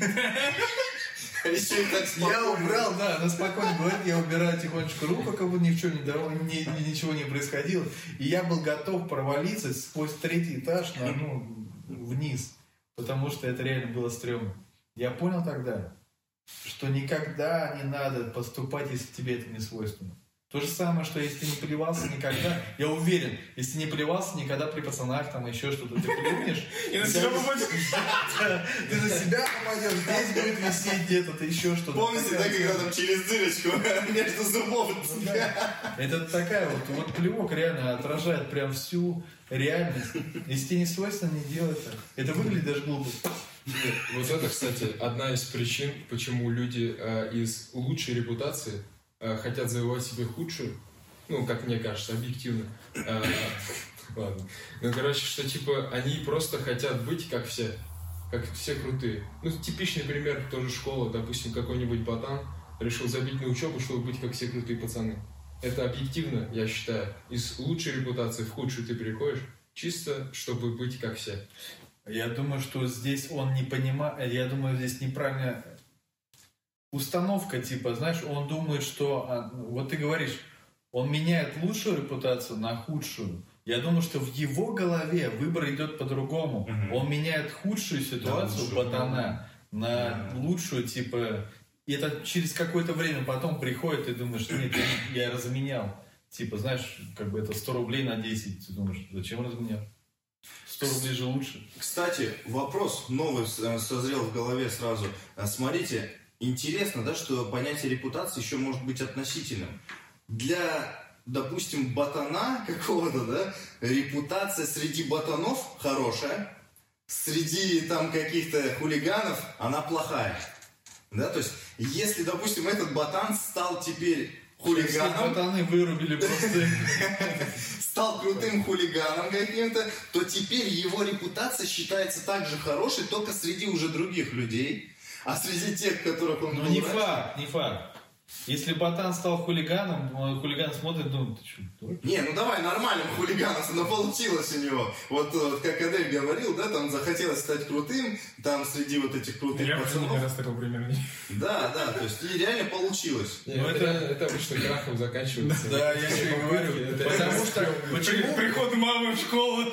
Я убрал, да, она спокойно говорит, я убираю тихонечко руку, как будто ничего не происходило. И я был готов провалиться сквозь 3-й этаж вниз, потому что это реально было стрёмно. Я понял тогда, что никогда не надо поступать, если тебе это не свойственно. То же самое, что если ты не плевался никогда, я уверен, если ты не плевался никогда при пацанах, там еще что-то, ты плюнешь, и на себя попадешь. Ты на себя попадешь, здесь будет висеть где-то, ты еще что-то. Помните, да, когда там через дырочку между зубов? Это такая вот плевок реально отражает прям всю реальность. Если тебе не свойственно, не делай так. Это выглядит даже глупо. Вот это, кстати, одна из причин, почему люди из лучшей репутации хотят завоевать себе худшую, ну, как мне кажется, объективно. Ладно. Ну, короче, что, типа, они просто хотят быть как все крутые. Ну, типичный пример, тоже школа, допустим, какой-нибудь ботан решил забить на учебу, чтобы быть как все крутые пацаны. Это объективно, я считаю, из лучшей репутации в худшую ты переходишь, чисто, чтобы быть как все. Я думаю, что здесь он не понимает, я думаю, здесь неправильная установка, типа, знаешь, он думает, что, вот ты говоришь, он меняет лучшую репутацию на худшую. Я думаю, что в его голове выбор идет по-другому. Он меняет худшую ситуацию ботана на лучшую, типа, и это через какое-то время потом приходит, и думаешь, нет, я разменял. Типа, знаешь, как бы это 100 рублей на 10. Ты думаешь, зачем разменял? 100 рублей же лучше. Кстати, вопрос новый созрел в голове сразу. Смотрите, интересно, да, что понятие репутации еще может быть относительным. Для, допустим, ботана какого-то, да, репутация среди ботанов хорошая, среди там каких-то хулиганов она плохая. Да, то есть, если, допустим, этот ботан стал теперь хулиганом, ботаны вырубили просто. Стал крутым хулиганом каким-то, то теперь его репутация считается также хорошей, только среди уже других людей. А среди тех, которых он... Ну, не факт. Если ботан стал хулиганом, хулиган смотрит, думает, ты что, дурак? Не, ну давай нормальным хулиганом, но получилось у него. Вот как Адель говорил, да, там захотелось стать крутым, там среди вот этих крутых пацанов. Я раз такого примера не... Да, то есть и реально получилось. Ну, это обычно крахом заканчивается. Да, я еще и говорю. Потому что... Почему? Приход мамы в школу.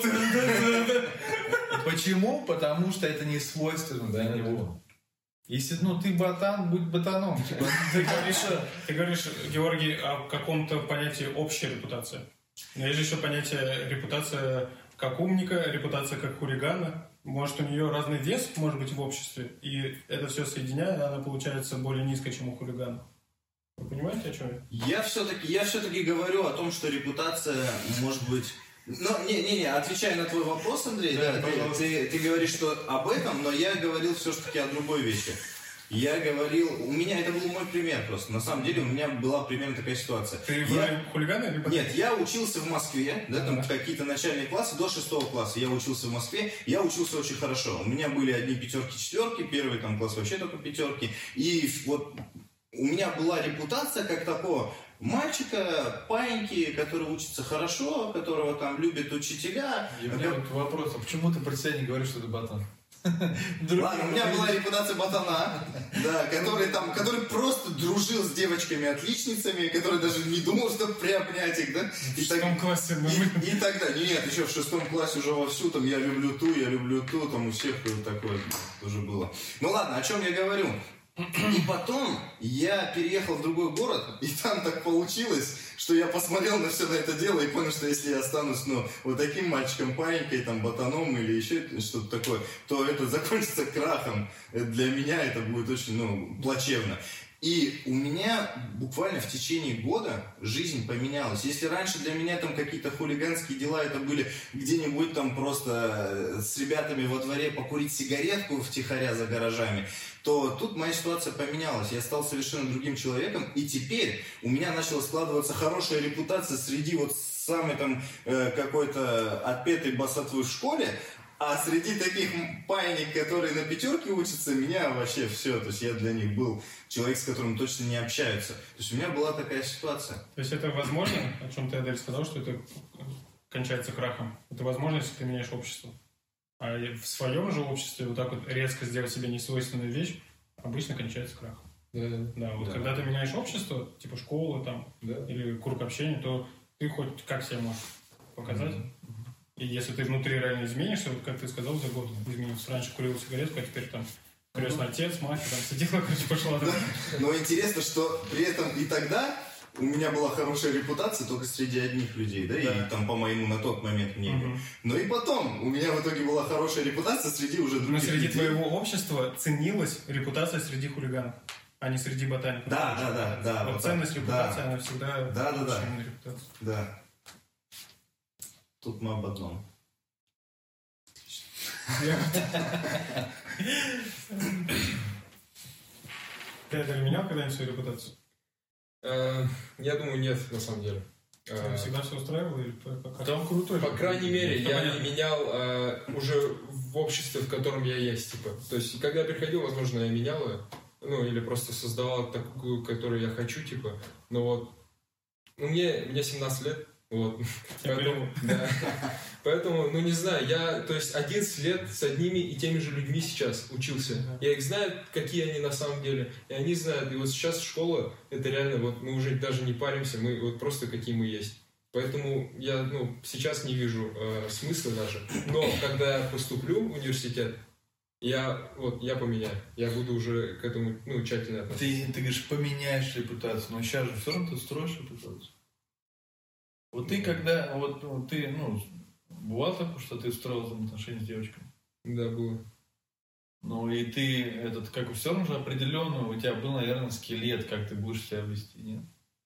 Почему? Потому что это не свойственно для него. Если, ты ботан, будь ботаном. Типа, ты говоришь, Георгий, о каком-то понятии общей репутации. Но есть же еще понятие репутация как умника, репутация как хулигана. Может, у нее разный вес, может быть, в обществе. И это все соединяя, она получается более низкой, чем у хулигана. Вы понимаете, о чем я? Я все-таки говорю о том, что репутация может быть... Ну, не, отвечая на твой вопрос, Андрей, да, ты говоришь, что об этом, но я говорил все-таки о другой вещи. Я говорил, у меня это был мой пример просто. На самом деле у меня была примерно такая ситуация. Ты хулиган или ботан? Нет, я учился в Москве, да, там какие-то начальные классы, до 6 класса я учился в Москве, я учился очень хорошо. У меня были одни 5-ки, 4-ки, первый там класс вообще только 5-ки. И вот у меня была репутация как такого мальчика, паиньки, который учится хорошо, которого там любят учителя. И у меня вот вопрос, а почему ты про себя не говоришь, что ты ботан? Ладно, у меня была репутация ботана, да, который просто дружил с девочками-отличницами, который даже не думал, чтобы приобнять их, да? В 6 классе. И тогда, нет, еще в 6 классе уже вовсю, там, я люблю ту, там, у всех такое уже было. Ну ладно, о чем я говорю? И потом я переехал в другой город, и там так получилось, что я посмотрел на все на это дело и понял, что если я останусь, вот таким мальчиком, паинькой, там, ботаном или еще что-то такое, то это закончится крахом. Для меня это будет очень, плачевно. И у меня буквально в течение года жизнь поменялась. Если раньше для меня там какие-то хулиганские дела, это были где-нибудь там просто с ребятами во дворе покурить сигаретку втихаря за гаражами, то тут моя ситуация поменялась. Я стал совершенно другим человеком, и теперь у меня начала складываться хорошая репутация среди самой там какой-то отпетой басотвы в школе. А среди таких паинек, которые на 5 учатся, меня вообще все. То есть я для них был человек, с которым точно не общаются. То есть у меня была такая ситуация. То есть это возможно, о чем ты, Адель, сказал, что это кончается крахом? Это возможно, если ты меняешь общество? А в своем же обществе вот так вот резко сделать себе несвойственную вещь обычно кончается крахом. Да, вот когда ты меняешь общество, типа школы там, или круг общения, то ты хоть как себя можешь показать. И если ты внутри реально изменишься, вот как ты сказал, за год изменился. Раньше курил сигаретку, а теперь там крестный отец, мать, там сидела, пошла. Но интересно, что при этом и тогда у меня была хорошая репутация только среди одних людей, да, и там по моему на тот момент мнению. Но и потом у меня в итоге была хорошая репутация среди уже других людей. Но среди твоего общества ценилась репутация среди хулиганов, а не среди ботаников. Да. Вот ценность репутации, она всегда... Да. Тут мы об одном. Ты это менял когда-нибудь свою репутацию? Я думаю, нет, на самом деле. Всегда все устраивало? Или там крутой. По крайней мере, я не менял уже в обществе, в котором я есть. Типа. То есть, когда я приходил, возможно, я менял ее. Или просто создавал такую, которую я хочу, типа. Но вот мне 17 лет. Вот. Поэтому, не знаю, я, то есть 11 лет с одними и теми же людьми сейчас учился. Я их знаю, какие они на самом деле, и они знают. И вот сейчас школа, это реально, мы уже даже не паримся, мы вот просто какие мы есть. Поэтому я, сейчас не вижу смысла даже. Но когда я поступлю в университет, я поменяю. Я буду уже к этому, тщательно относиться. Ты говоришь, поменяешь репутацию, но сейчас же все равно ты строишь репутацию. Вот ты когда, ты, бывало такое, что ты устроил там отношения с девочками? Да, было. И ты, все равно же определенно, у тебя был, наверное, скелет, как ты будешь себя вести, нет?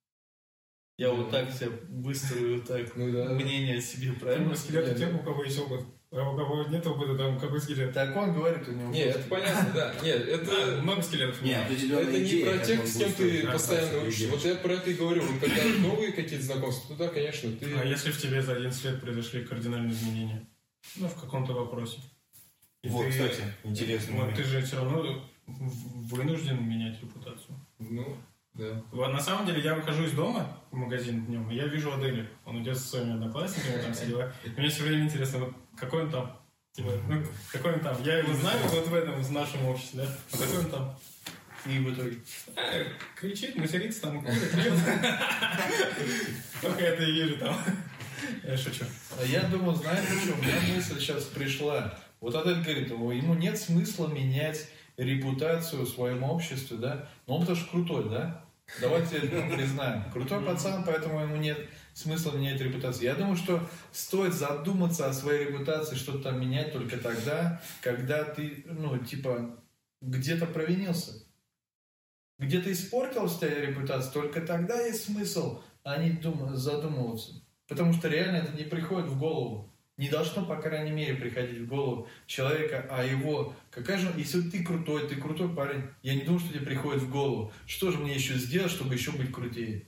Я вот так себя выстрою, мнение о себе, правильно? Скелет у тех, у кого есть опыт. А у кого нет опыта, там какой скелет? Так он говорит, у него... Нет, это понятно, да. Нет, это... Много скелетов. Нет, это не про тех, с кем ты постоянно учишься. Вот я про это и говорю. Вот когда новые какие-то знакомства, то да, конечно, ты... А если в тебе за 11 лет произошли кардинальные изменения? В каком-то вопросе. Кстати, интересный момент. Ты же все равно вынужден менять репутацию. Да. На самом деле, я выхожу из дома в магазин днем, и я вижу Аделю. Он идет со своими одноклассниками, там все дела. И мне все время интересно, какой он там? Какой он там? Я его знаю вот в этом, в нашем обществе, да? А какой он там? И в итоге? Кричит, матерится там, курит, пьет. Только это и вижу там. Я шучу. Я думал, знаешь, что у меня мысль сейчас пришла. Вот Адель говорит, ему нет смысла менять репутацию в своем обществе, да? Но он потому что крутой, да? Давайте признаем. Крутой пацан, поэтому ему нет смысла менять репутацию. Я думаю, что стоит задуматься о своей репутации, что-то там менять только тогда, когда ты, где-то провинился. Где-то испортилась твоя репутация, только тогда есть смысл, а не задумываться. Потому что реально это не приходит в голову. Не должно, по крайней мере, приходить в голову человека, а его... Если ты крутой парень, я не думаю, что тебе приходит в голову. Что же мне еще сделать, чтобы еще быть крутее?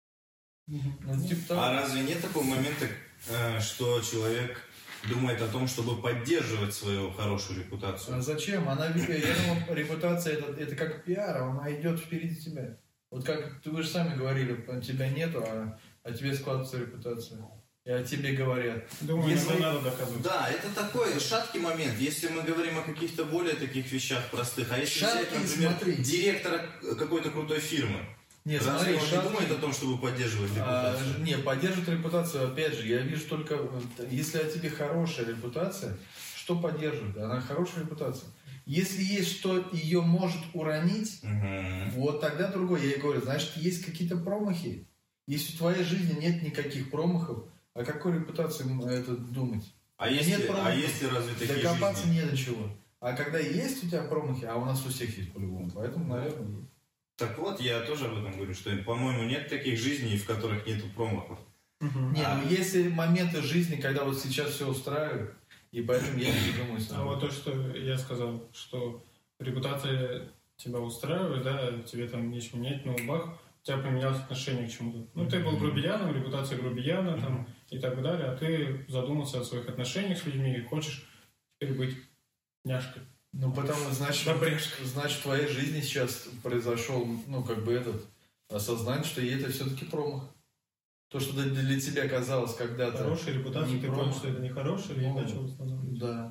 А разве нет такого момента, что человек думает о том, чтобы поддерживать свою хорошую репутацию? А зачем? Я думаю, репутация это как пиар, она идет впереди тебя. Вот как вы же сами говорили, тебя нету, а тебе складывается репутация. и о тебе говорят. Думаю, Если- иногда надо доказывать. Да, это такой шаткий момент. Если мы говорим о каких-то более таких вещах простых, а если взять, Шаткий, например, смотри. директора какой-то крутой фирмы, Нет, разве смотри, он не шаткий- думает о том, чтобы поддерживать репутацию? Не, поддерживать репутацию, опять же, я вижу только, если о тебе хорошая репутация, что поддерживает? Она хорошая репутация. Если есть что ее может уронить, Мгм. вот тогда другое. Я и говорю, значит, есть какие-то промахи. Если в твоей жизни нет никаких промахов, о какой репутации это думать? А Нет если промахов. разве такие Докопаться жизни? не до чего. А когда есть у тебя промахи, а у нас у всех есть по-любому, поэтому, наверное, есть. Так вот, я тоже об этом говорю, что, по-моему, нет таких жизней, в которых нету промахов. Не, ну есть моменты жизни, когда вот сейчас все устраивает, и поэтому я не думаю. А вот то, что я сказал, что репутация тебя устраивает, да, тебе там нечего менять, но бах, у тебя поменялось отношение к чему-то. Ну, ты был грубияном, репутация грубияна там, и так далее, а ты задумался о своих отношениях с людьми и хочешь теперь быть няшкой. Ну, потому, значит, в твоей жизни сейчас произошел, ну, как бы осознание, что и это все-таки промах. То, что для тебя казалось когда-то... Хорошая репутация, не ты промах. понял, что это не хорошее, и Ну, начал восстанавливать. Да.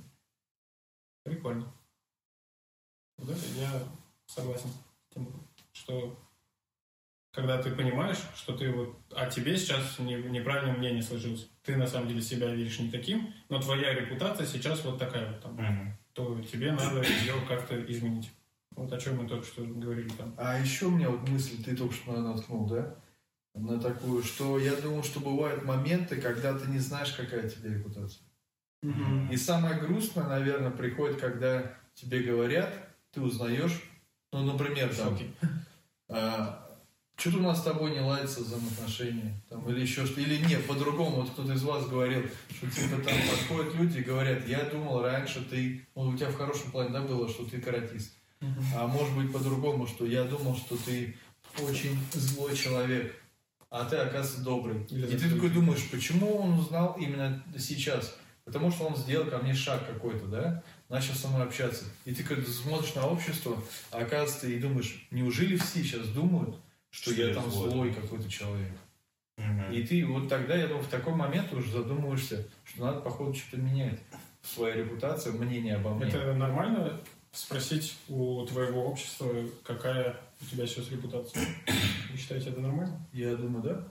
Прикольно. Вот это я согласен с тем, что когда ты понимаешь, что ты вот о тебе сейчас неправильное мнение сложилось, ты на самом деле себя видишь не таким, но твоя репутация сейчас вот такая вот там, то тебе надо ее как-то изменить. Вот о чем мы только что говорили там. А еще у меня вот мысль, ты только что наткнул, да? На такую, что я думаю, что бывают моменты, когда ты не знаешь, какая тебе репутация. И самое грустное, наверное, приходит, когда тебе говорят, ты узнаешь, ну, например, там, Шоки. что-то у нас с тобой не ладится взаимоотношения, там, или еще что-то, или нет, по-другому, вот кто-то из вас говорил, что типа там подходят люди и говорят, я думал раньше ты, ну, у тебя в хорошем плане, да, было, что ты каратист, а может быть по-другому, что я думал, что ты очень злой человек, а ты, оказывается, добрый. Или И ты закрытый. такой думаешь, почему он узнал именно сейчас? Потому что он сделал ко мне шаг какой-то, да? Начал со мной общаться. И ты когда смотришь на общество, а оказывается, и думаешь, неужели все сейчас думают, что я там злой какой-то человек? И ты вот тогда, я думаю, в такой момент уже задумываешься, что надо, походу, что-то менять в своей репутации, мнение обо мне. Это нормально спросить у твоего общества, какая у тебя сейчас репутация? Вы считаете, это нормально? Я думаю, да?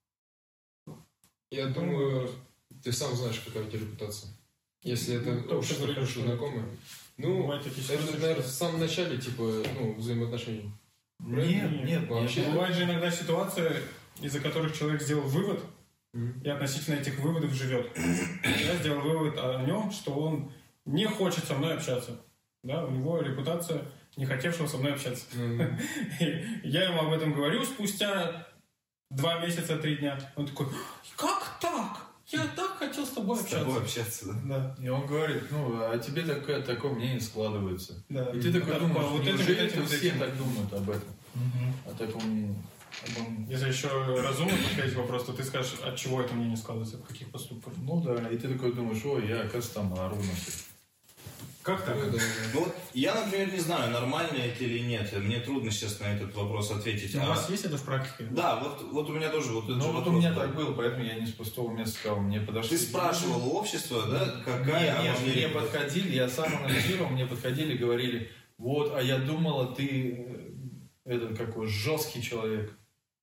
Я думаю, ты сам знаешь, какая у тебя репутация. Если это Ну, общество говорили, хорошо что знакомое. Ну, бывают такие это, ситуации, наверное, в что- самом начале, типа, ну, взаимоотношений. Нет, вообще. Бывает же иногда ситуация, из-за которых человек сделал вывод, и относительно этих выводов живет. Я сделал вывод о нем, что он не хочет со мной общаться. Да, у него репутация не хотевшего со мной общаться. И я ему об этом говорю спустя 2 месяца, 3 дня. Он такой, как так? Я так хотел с тобой С тобой общаться. общаться, да? Да, И он говорит, ну, а тебе такое мнение складывается. да. И ты такой Да, думаешь, вот это, неужели вот этим, все вот этим. так думают об этом? О таком мнении. Обо мне. Если еще разумно подходить к вопросу, то ты скажешь, от чего это мне не складывается, от каких поступков. Ну да, и ты такой думаешь, ой, я, оказывается, там ору на всех. Как так? Ну, да, да. Ну, вот я, например, не знаю, нормально это или нет. Мне трудно сейчас на этот вопрос ответить. У вас есть это в практике? Да, вот у меня тоже вот этот Ну же вот у вопрос меня был. так было, поэтому я не с пустого места сказал, мне подошли. Ты спрашивал у общества, да, какая Нет, обо мне мне репутация? подходили, я сам анализировал, мне подходили, говорили, вот, а я думала, ты этот какой жесткий человек,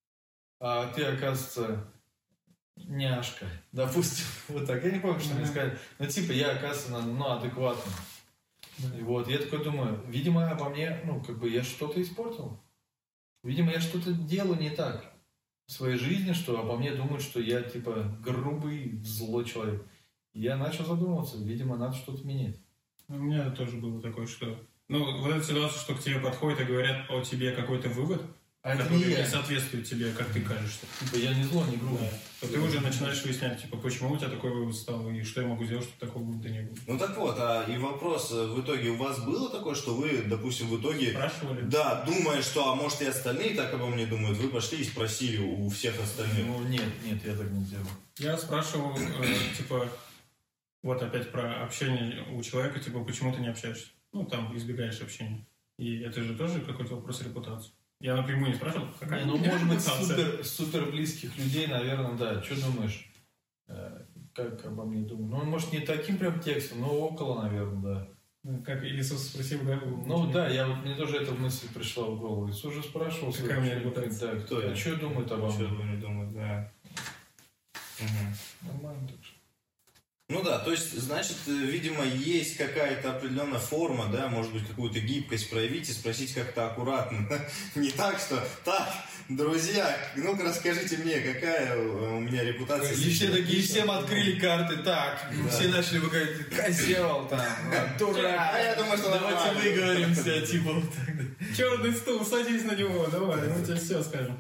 а ты, оказывается, няшка, допустим, вот так, я не помню, что мне сказали, но типа я, оказывается, ну, адекватный. И вот, я такой думаю, видимо, обо мне, ну, как бы я что-то испортил. Видимо, я что-то делаю не так в своей жизни, что обо мне думают, что я, типа, грубый, злой человек. И я начал задумываться, видимо, надо что-то менять. У меня тоже было такое, что... Ну, вот эта ситуация, что к тебе подходят и говорят о тебе какой-то вывод, А это который не я. не соответствует тебе, как ты кажешься. Типа, я не злой, не грубый. Да. То ты уже начинаешь выяснять, типа, почему у тебя такой вывод стал, и что я могу сделать, чтобы такого вывода не было. Ну так вот, и вопрос, в итоге у вас было такое, что вы, допустим, в итоге, Спрашивали? да, думая, что, а может и остальные так обо мне думают, вы пошли и спросили у всех остальных. Ну, нет, я так не делаю. Я спрашивал, типа, вот опять про общение у человека, типа, почему ты не общаешься? Ну, там, избегаешь общения. И это же тоже какой-то вопрос репутации. Я напрямую не спрашивал, какая Ну, у меня может быть, репутация. супер близких людей, наверное, да. Что думаешь? как обо мне думают. Ну, может, не таким прям текстом, но около, наверное, да. Как Иисус спросил, да? Ну да, мне тоже эта мысль пришла в голову. Иисус уже спрашивал, какая у меня репутация. Да, Кто я? что думают обо Что мне? они думают, да. Нормально так что. Ну да, то есть, значит, видимо, есть какая-то определенная форма, да, может быть, какую-то гибкость проявить и спросить как-то аккуратно. Не так, что, так, друзья, ну-ка расскажите мне, какая у меня репутация. И все такие, всем открыли карты, так, все начали говорить, козел там, дурак. А я думаю, что давайте нормально. выговоримся, типа вот так. Черный стул, садись на него, давай, мы тебе все скажем.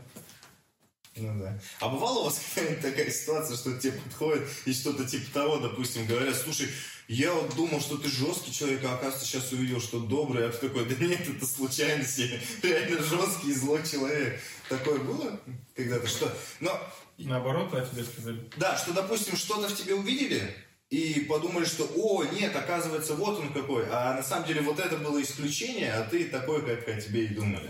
Ну да. А бывала у вас какая-нибудь такая ситуация, что тебе подходит и что-то типа того, допустим, говорят, слушай, я вот думал, что ты жесткий человек, а оказывается сейчас увидел, что добрый, а ты такой, да нет, это случайность, я реально жесткий и злой человек. Такое было когда-то, что... Но... Наоборот, а тебе сказали? Да, что, допустим, что-то в тебе увидели и подумали, что, о, нет, оказывается, вот он какой, а на самом деле вот это было исключение, а ты такой, как о тебе и думали.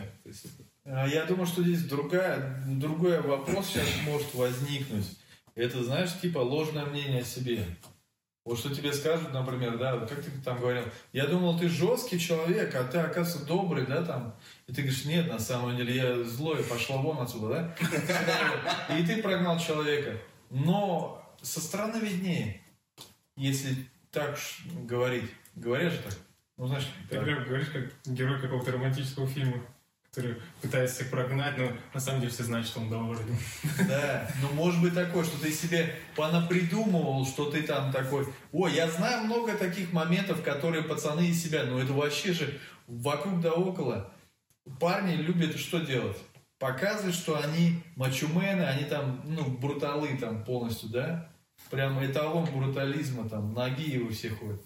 Я думаю, что здесь другой вопрос сейчас может возникнуть. Это, знаешь, типа ложное мнение о себе. Вот что тебе скажут, например, да, как ты там говорил, я думал, ты жесткий человек, а ты, оказывается, добрый, да, там. И ты говоришь, нет, на самом деле, я злой, пошла вон отсюда, да. И ты прогнал человека. Но со стороны виднее, если так говорить. Говорят же так? Ну, знаешь, Ты прям говоришь, как герой какого-то романтического фильма, который пытается всех прогнать, но на самом деле все знают, что он добрый. Да, ну может быть такое, что ты себе понапридумывал, что ты там такой. Ой, я знаю много таких моментов, которые пацаны из себя, но это вообще же вокруг да около. Парни любят что делать? Показывать, что они мачомены, они там, ну, бруталы там полностью, да? Прям эталон брутализма, там, ноги его все ходят.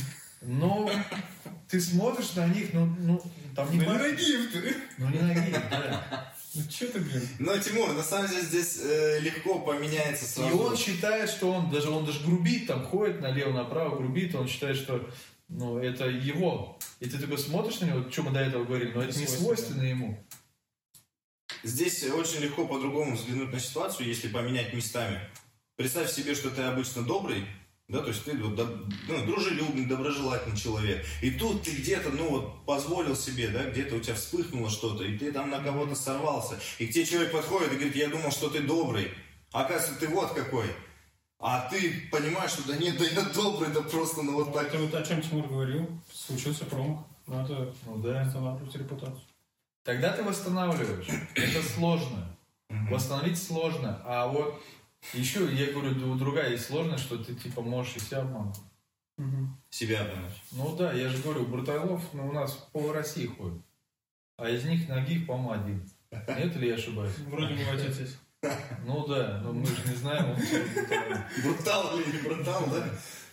Но ты смотришь на них, ну там не Нагиев ты! Ну не Нагиев, да. Ну что ты, блин? Но, Тимур, на самом деле здесь легко поменяется сразу. И он считает, что он даже грубит, там ходит налево-направо, грубит, он считает, что ну, это его. И ты такой смотришь на него, что мы до этого говорили, но это не свойственно ему. Здесь очень легко по-другому взглянуть на ситуацию, если поменять местами. Представь себе, что ты обычно добрый, да, то есть ты вот, дружелюбный, доброжелательный человек. И тут ты где-то, ну вот, позволил себе, да, где-то у тебя вспыхнуло что-то, и ты там на кого-то сорвался. И к тебе человек подходит и говорит, я думал, что ты добрый. А оказывается, ты вот какой. А ты понимаешь, что да нет, да я добрый, да просто, ну вот так. Это вот о чем Тимур говорил, случился промах. Надо восстанавливать репутацию. Тогда ты восстанавливаешь. Это сложно. Восстановить сложно. А вот еще, я говорю, другая есть сложность, что ты типа можешь и себя обмануть. Себя обмануть. Ну да, я же говорю, бруталов у нас пол России ходит. А из них Нагиев, по-моему, один. Нет ли я ошибаюсь? Вроде мой отец есть. Ну да, но мы же не знаем. Брутал или не брутал, да?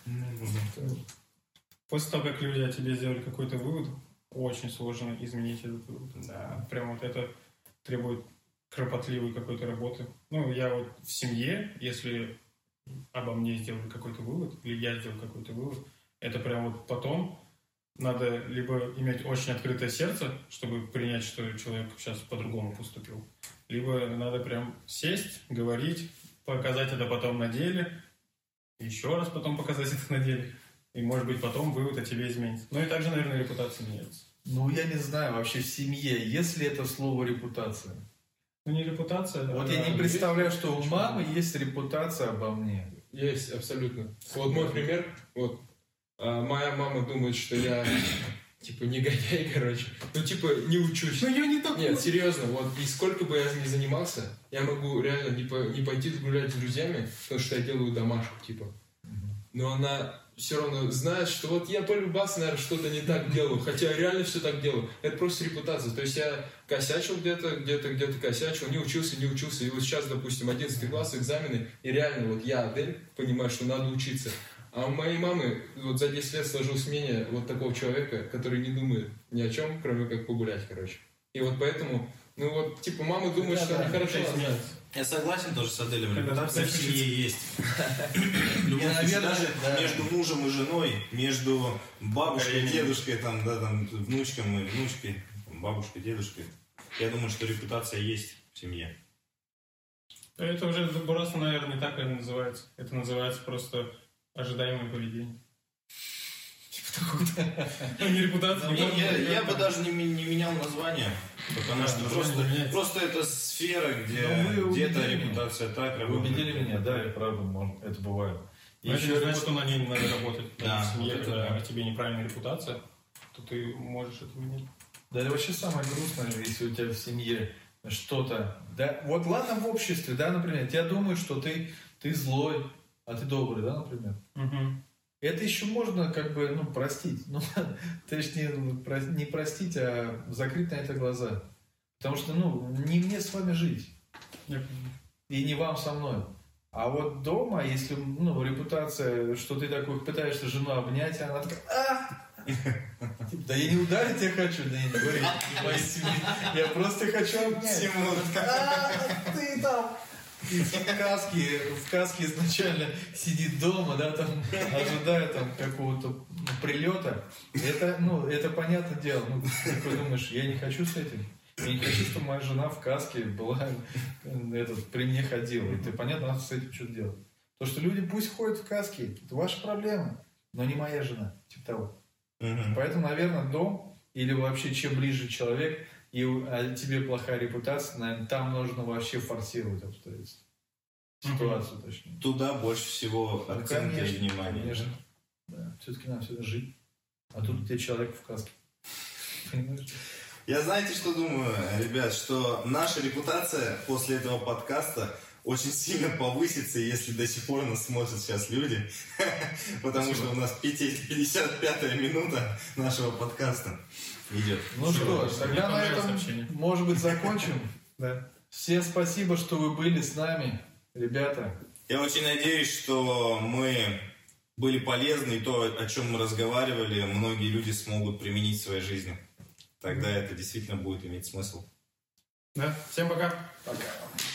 После того, как люди о тебе сделали какой-то вывод, очень сложно изменить этот вывод. Да. Прям вот это требует кропотливой какой-то работы. Ну, я вот в семье, если обо мне сделали какой-то вывод, или я сделал какой-то вывод, это прям вот потом надо либо иметь очень открытое сердце, чтобы принять, что человек сейчас по-другому поступил, либо надо прям сесть, говорить, показать это потом на деле, еще раз потом показать это на деле, и, может быть, потом вывод о тебе изменится. Ну и также, наверное, репутация меняется. Ну, я не знаю, вообще в семье, есть ли это слово репутация? Ну, не репутация. Вот я не представляю, что у мамы есть репутация обо мне. Есть, абсолютно. Вот мой пример, вот, моя мама думает, что я, типа, негодяй, короче. Ну, типа, не учусь. Ну, я не такой. Нет, серьезно, вот, и сколько бы я ни занимался, я могу реально не пойти гулять с друзьями, потому что я делаю домашку, типа. Но она все равно знает, что вот я полюбас, наверное, что-то не так делаю, хотя я реально все так делаю. Это просто репутация. То есть я косячил где-то косячил, не учился. И вот сейчас, допустим, 11 класс, экзамены, и реально вот я, Адель, понимаю, что надо учиться. А у моей мамы вот за 10 лет сложилось мнение вот такого человека, который не думает ни о чем, кроме как погулять, короче. И вот поэтому, ну вот, типа, мама думает, что она хорошо знает. Я согласен тоже с Аделем. Репутация в семье есть. Даже между мужем и женой, между бабушкой, дедушкой, там, да, там, внучком и внучкой, бабушкой, дедушкой. Я думаю, что репутация есть в семье. Это уже просто, наверное, не так это называется. Это называется просто ожидаемое поведение. Типа такого-то. Не репутация. Я бы даже не менял название, потому что просто это сфера, где эта репутация так Вы работает. убедили меня, да, и правда, это бывает. Но это не значит, что на ней не надо работать. Да, В семье, вот это когда да. о тебе неправильная репутация, то ты можешь это менять. Да, это вообще самое грустное, если у тебя в семье что-то... Да, вот ладно в обществе, да, например, тебя думают, что ты злой, а ты добрый, да, например. Это еще можно как бы, простить. Ну, точнее, не простить, а закрыть на это глаза. Потому что, не мне с вами жить. И не вам со мной. А вот дома, если, репутация, что ты такой пытаешься жену обнять, а она такая, да я не ударить тебя хочу, да я не говорю, не боись меня. Я просто хочу обнять. Ты там... И в каске изначально сидит дома, да, там, ожидая там какого-то прилета. Это понятное дело. Ты такой думаешь, я не хочу с этим. Я не хочу, чтобы моя жена в каске была, при мне ходила. И ты, понятно, надо с этим что-то делать. То, что люди пусть ходят в каске, это ваша проблема, но не моя жена, типа того. Поэтому, наверное, дом или вообще чем ближе человек, а тебе плохая репутация, наверное, там нужно вообще форсировать обстоятельства. Ситуацию, точнее. Туда больше всего акцента и внимания. Конечно. Да. Все-таки нам всегда жить. А тут у тебя человек в каске. Понимаешь? Я знаете, что думаю, ребят, что наша репутация после этого подкаста очень сильно повысится, если до сих пор нас смотрят сейчас люди. Потому что у нас 55-я минута нашего подкаста идет. Ну что ж, тогда на этом, может быть, закончим. Да. Всем спасибо, что вы были с нами, ребята. Я очень надеюсь, что мы были полезны, и то, о чем мы разговаривали, многие люди смогут применить в своей жизни. Тогда это действительно будет иметь смысл. Да, всем пока. Пока.